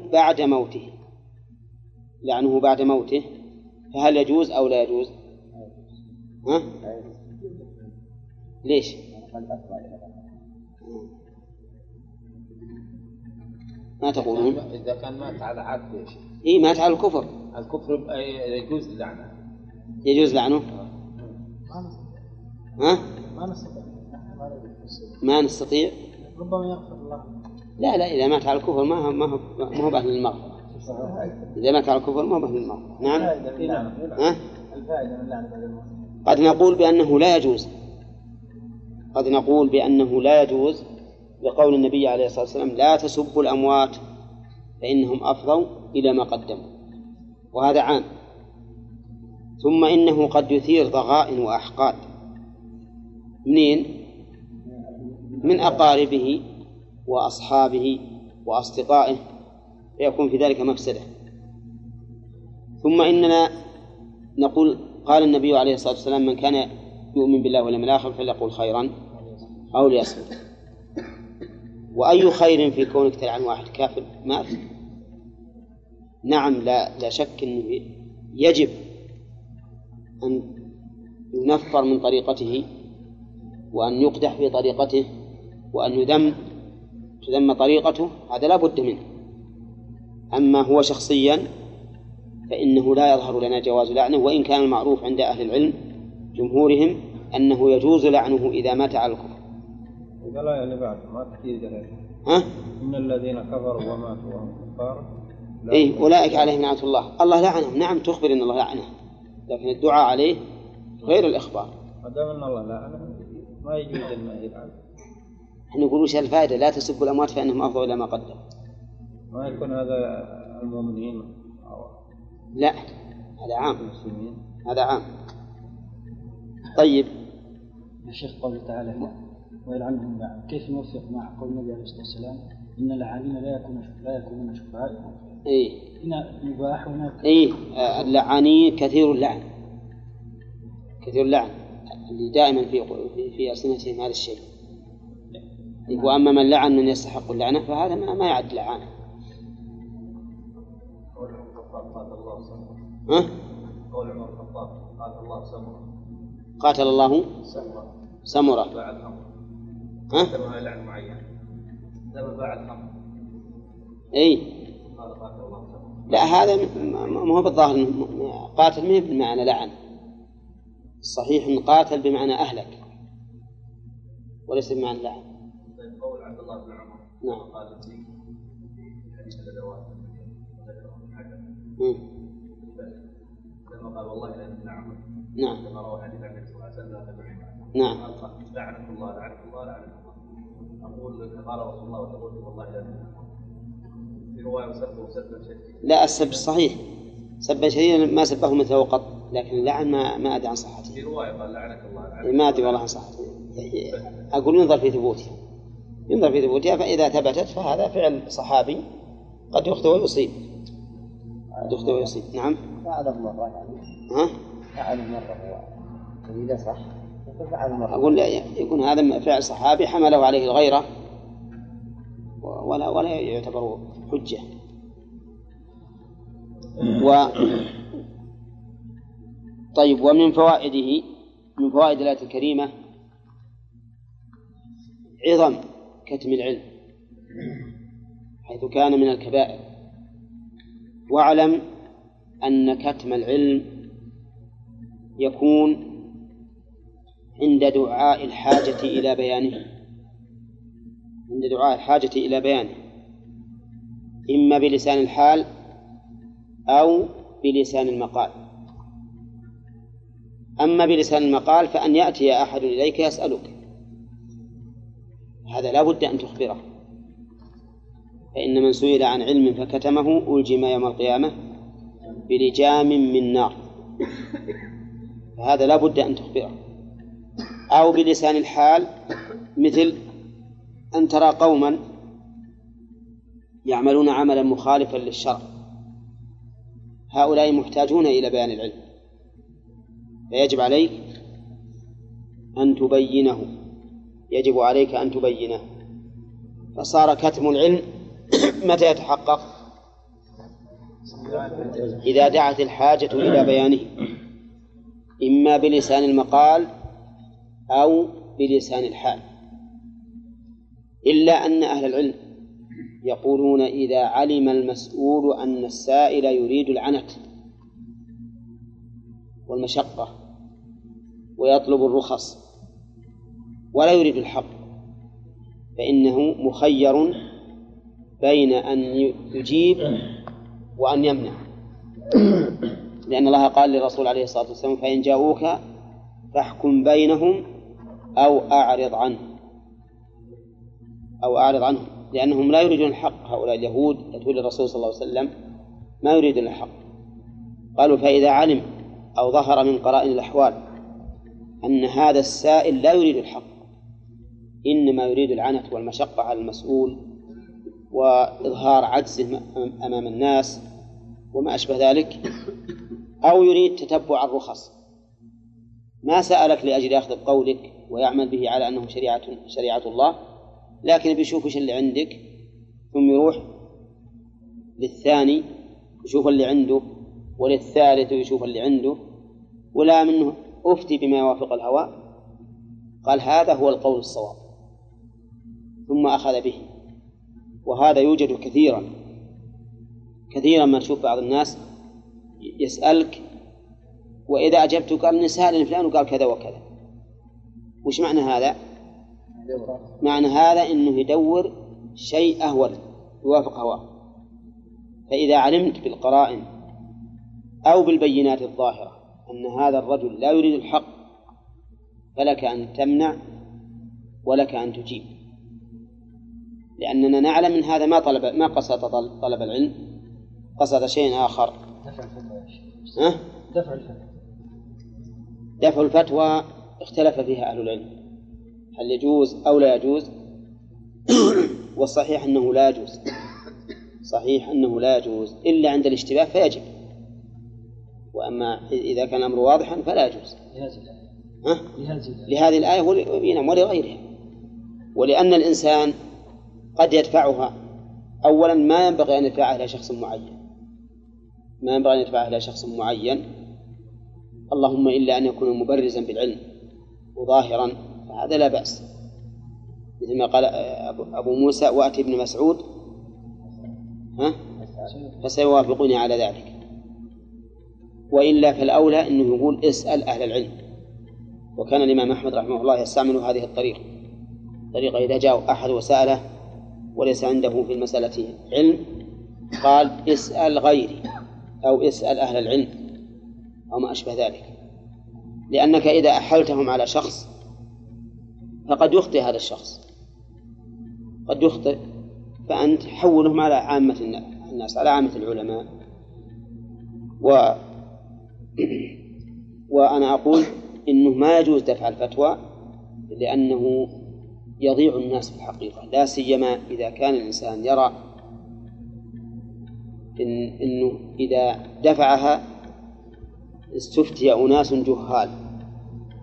Speaker 1: بعد موته فهل يجوز أو لا يجوز؟ ها؟ ليش؟ ما تقولون؟
Speaker 4: إذا كان مات على عبد إيش؟
Speaker 1: إيه، مات على الكفر.
Speaker 4: الكفر يجوز اللعنة.
Speaker 1: يجوز لعنه؟ ها؟ ما نستطيع.
Speaker 2: ربما يغفر الله.
Speaker 1: لا، إذا مات على الكفر ما هو بأهل المغفرة. إذا مات على الكفر ما هو بأهل المغفرة. نعم. ها؟
Speaker 2: الفائدة من اللعنة بعد الموت.
Speaker 1: قد نقول بأنه لا يجوز، لقول النبي عليه الصلاة والسلام لا تسبوا الأموات فإنهم أفضوا إلى ما قدموا، وهذا عام. ثم إنه قد يثير ضغائن وأحقاد من أقاربه وأصحابه وأصدقائه، فيكون في ذلك مفسدة. ثم إننا نقول قال النبي عليه الصلاة والسلام من كان يؤمن بالله واليوم الآخر فليقل خيرا أو ليصمت. وأي خير في كونك تلعن واحد كافر؟ ما في. نعم، لا شك أنه يجب أن ينفر من طريقته وأن يقدح في طريقته وأن تذم طريقته، هذا لا بد منه. أما هو شخصيا فإنه لا يظهر لنا جواز لعنه، وإن كان المعروف عند أهل العلم جمهورهم أنه يجوز لعنه إذا مات على الكفر.
Speaker 4: إذا لا يعني بعد ما تكيد إن الذين كفروا وماتوا وهم كفار
Speaker 1: أولئك عليهم لعنة الله لعنهم. نعم، تخبر أن الله لعنه، لكن الدعاء عليه غير الإخبار.
Speaker 4: ما دام أن الله لعنه ما يجوز أن يلعن.
Speaker 1: نحن نقول وش الفائدة؟ لا تسبوا الأموات فإنهم أفضوا إلى ما قدموا.
Speaker 4: ما يكون هذا المؤمنين؟
Speaker 1: لا، هذا عام. طيب
Speaker 6: يا شيخ، قوله تعالى ويلعنهم لعن، كيف نوفق مع قول النبي عليه الصلاة والسلام إن اللاعنين لا يكونون شفعاء؟ هنا مباح وهناك
Speaker 1: اللعانين كثير اللعن اللي دائما في ألسنتهم هذا الشيء. وأما من لعن من يستحق اللعنة فهذا ما يعد لعانه.
Speaker 2: قول عمر الخطاب
Speaker 1: قاتل الله سمرة.
Speaker 2: ها؟ لعن معين. لما باع الخمر.
Speaker 1: لا، هذا ما هو بالظاهر قاتل منه بمعنى لعن. الصحيح إن قاتل بمعنى أهلك وليس بمعنى لعن.
Speaker 2: قول عبد الله بن عمر.
Speaker 1: نعم.
Speaker 2: قال في حديث الأدوات لما قال والله لا نعم.
Speaker 1: نعم.
Speaker 2: لما روى حديث عن النبي صلى الله عليه وسلم.
Speaker 1: نعم.
Speaker 2: لعنة الله. أقول قال رسول الله وتقول والله لا نعم. في رواية سبه شديدا.
Speaker 1: لا، السب صحيح، سب شديدا ما سبه مثله قط، لكن اللعن ما أدري عن صحته.
Speaker 2: في رواية قال لعنك الله.
Speaker 1: ما أدري والله عن صحته. أقول ينظر في ثبوتها، فإذا ثبتت فهذا فعل صحابي قد يخطئ ويصيب. نعم.
Speaker 3: فعله مرة يعني. فعله مرة هو إذا صح فعله مرة.
Speaker 1: أقول لا، يكون هذا فعل صحابي حمله عليه الغيرة ولا يعتبر حجة. طيب، ومن فوائده، من فوائد الآية الكريمة عظم كتم العلم حيث كان من الكبائر. واعلم أن كتم العلم يكون عند دعاء الحاجة إلى بيانه، عند دعاء الحاجة إلى بيانه، إما بلسان الحال أو بلسان المقال. أما بلسان المقال فأن يأتي أحد إليك يسألك، هذا لا بد أن تخبره، فإن من سئل عن علم فكتمه ألجم يوم القيامة بلجام من نار، فهذا لا بد أن تخبره. أو بلسان الحال، مثل أن ترى قوما يعملون عملا مخالفا للشرع، هؤلاء محتاجون إلى بيان العلم، فيجب عليك أن تبينه، يجب عليك أن تبينه. فصار كتم العلم متى يتحقق؟ إذا دعت الحاجة إلى بيانه، إما بلسان المقال أو بلسان الحال. إلا أن أهل العلم يقولون إذا علم المسؤول أن السائل يريد العنت والمشقة ويطلب الرخص ولا يريد الحق، فإنه مخير بين أن يجيب وأن يمنع، لأن الله قال للرسول عليه الصلاة والسلام: فإن جاءوك فاحكم بينهم أو أعرض عنهم، لأنهم لا يريدون الحق. هؤلاء اليهود يأتون للرسول صلى الله عليه وسلم ما يريدون الحق. قالوا: فإذا علم أو ظهر من قرائن الأحوال أن هذا السائل لا يريد الحق، إنما يريد العنت والمشقة على المسؤول وإظهار عجزه أمام الناس وما أشبه ذلك، أو يريد تتبع الرخص، ما سألك لأجل أخذ قولك ويعمل به على أنه شريعة الله، لكن بيشوف إيش اللي عندك، ثم يروح للثاني يشوف اللي عنده، وللثالث يشوف اللي عنده، ولا منه أفتي بما يوافق الهوى، قال هذا هو القول الصواب، ثم أخذ به. وهذا يوجد كثيرا ما تشوف بعض الناس يسألك، وإذا أجبت قال نسأل فلان وقال كذا وكذا. وش معنى هذا؟ معنى هذا إنه يدور شيء أهول يوافق هواه. فإذا علمت بالقرائن أو بالبينات الظاهرة أن هذا الرجل لا يريد الحق، فلك أن تمنع ولك أن تجيب، لأننا نعلم من هذا ما قصد طلب العلم، قصد شيء آخر. دفع الفتوى اختلف فيها أهل العلم، هل يجوز أو لا يجوز؟ والصحيح أنه لا يجوز، صحيح أنه لا يجوز إلا عند الاشتباه فيجب، وأما إذا كان الأمر واضحا فلا يجوز لهذه الآية ولغيرها. ولأن الإنسان قد يدفعها، أولا ما ينبغي أن يدفعها إلى شخص معين، اللهم إلا أن يكون مبرزا بالعلم وظاهرا، فهذا لا بأس، مثل ما قال أبو موسى: وأتي ابن مسعود فسيوافقوني على ذلك. وإلا فالأولى أنه يقول اسأل أهل العلم. وكان الإمام أحمد رحمه الله يستعمل هذه الطريقة إذا جاء أحد وسأله وليس عنده في المسألة علم قال: اسأل غيري أو اسأل أهل العلم أو ما أشبه ذلك، لأنك إذا أحلتهم على شخص فقد يخطئ هذا الشخص، فأنت حولهم على عامة الناس، على عامة العلماء. وأنا أقول إنه ما يجوز دفع الفتوى، لأنه يضيع الناس في الحقيقة، لا سيما إذا كان الإنسان يرى إنه إذا دفعها استفتي أناس جهال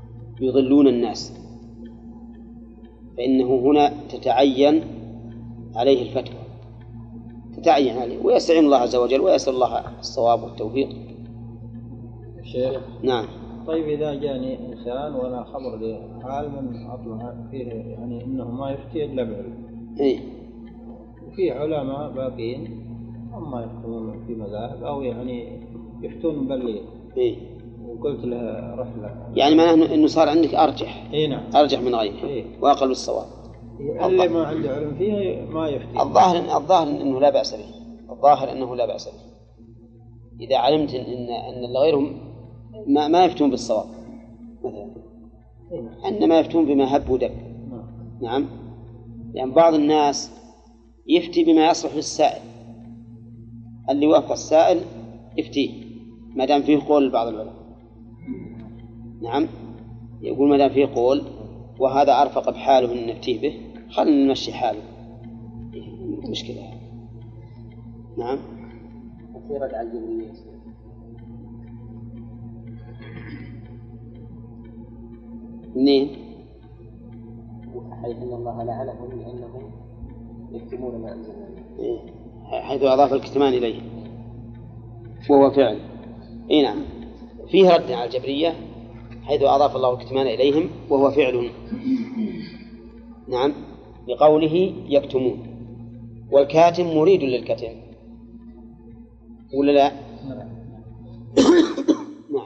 Speaker 1: يضلون الناس، فإنه هنا تتعين عليه الفتوى تتعين عليه، ويستعين الله عز وجل ويسأل الله الصواب والتوفيق.
Speaker 4: شيخ
Speaker 1: نعم.
Speaker 4: طيب إذا جاني إنسان وأنا خبر لحال من أطلع فيه يعني إنه ما يفتي إلا بعلم، وفي علماء باقين هم يفتون في مذاهب أو يعني يفتون مبلغين، وقلت له رحلة،
Speaker 1: يعني معناه إنه صار عندك أرجح.
Speaker 4: نعم.
Speaker 1: أرجح من غيره. وأقل بالصواب.
Speaker 4: اللي ما عنده علم فيه ما يفتي.
Speaker 1: الظاهر إنه لا بأس به. الظاهر أنه لا بأس به إذا علمت أن غيرهم ما يفتون بالصواب مثلا، إنما يفتون بما هب ودب. نعم. يعني بعض الناس يفتي بما يصلح للسائل، اللي وافق السائل يفتيه ما دام فيه قول بعض العلماء. نعم. يقول ما دام فيه قول وهذا أرفق بحاله أن نفتيه به، خلنا نمشي حاله، مشكلة. نعم.
Speaker 3: أثيرت على الجبرية
Speaker 1: منين؟
Speaker 3: حيث أن الله لعنهم لأنهم يكتمون ما أنزل عليهم.
Speaker 1: حيث أضاف الكتمان إليه وهو فعل. نعم. فيه رد على الجبرية حيث أضاف الله الكتمان إليهم وهو فعل. نعم. لقوله يكتمون، والكاتم مريد للكتم ولا لا؟ نعم.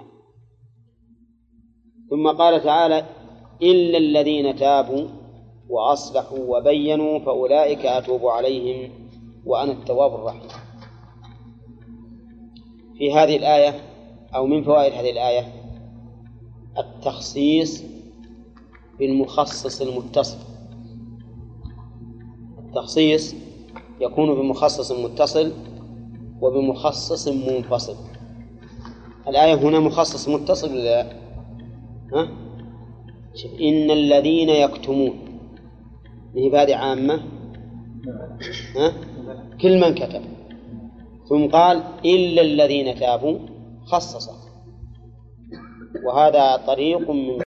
Speaker 1: ثم قال تعالى إلا الذين تابوا وأصلحوا وبينوا فأولئك أتوب عليهم وأنا التواب الرحيم. في هذه الآية أو من فوائد هذه الآية التخصيص بالمخصص المتصل. التخصيص يكون بمخصص متصل وبمخصص منفصل. الآية هنا مخصص متصل ولا لا؟ إن الذين يكتمون هي هذه عامة، كل من كتب، ثم قال إلا الذين تابوا خصصه، وهذا طريق من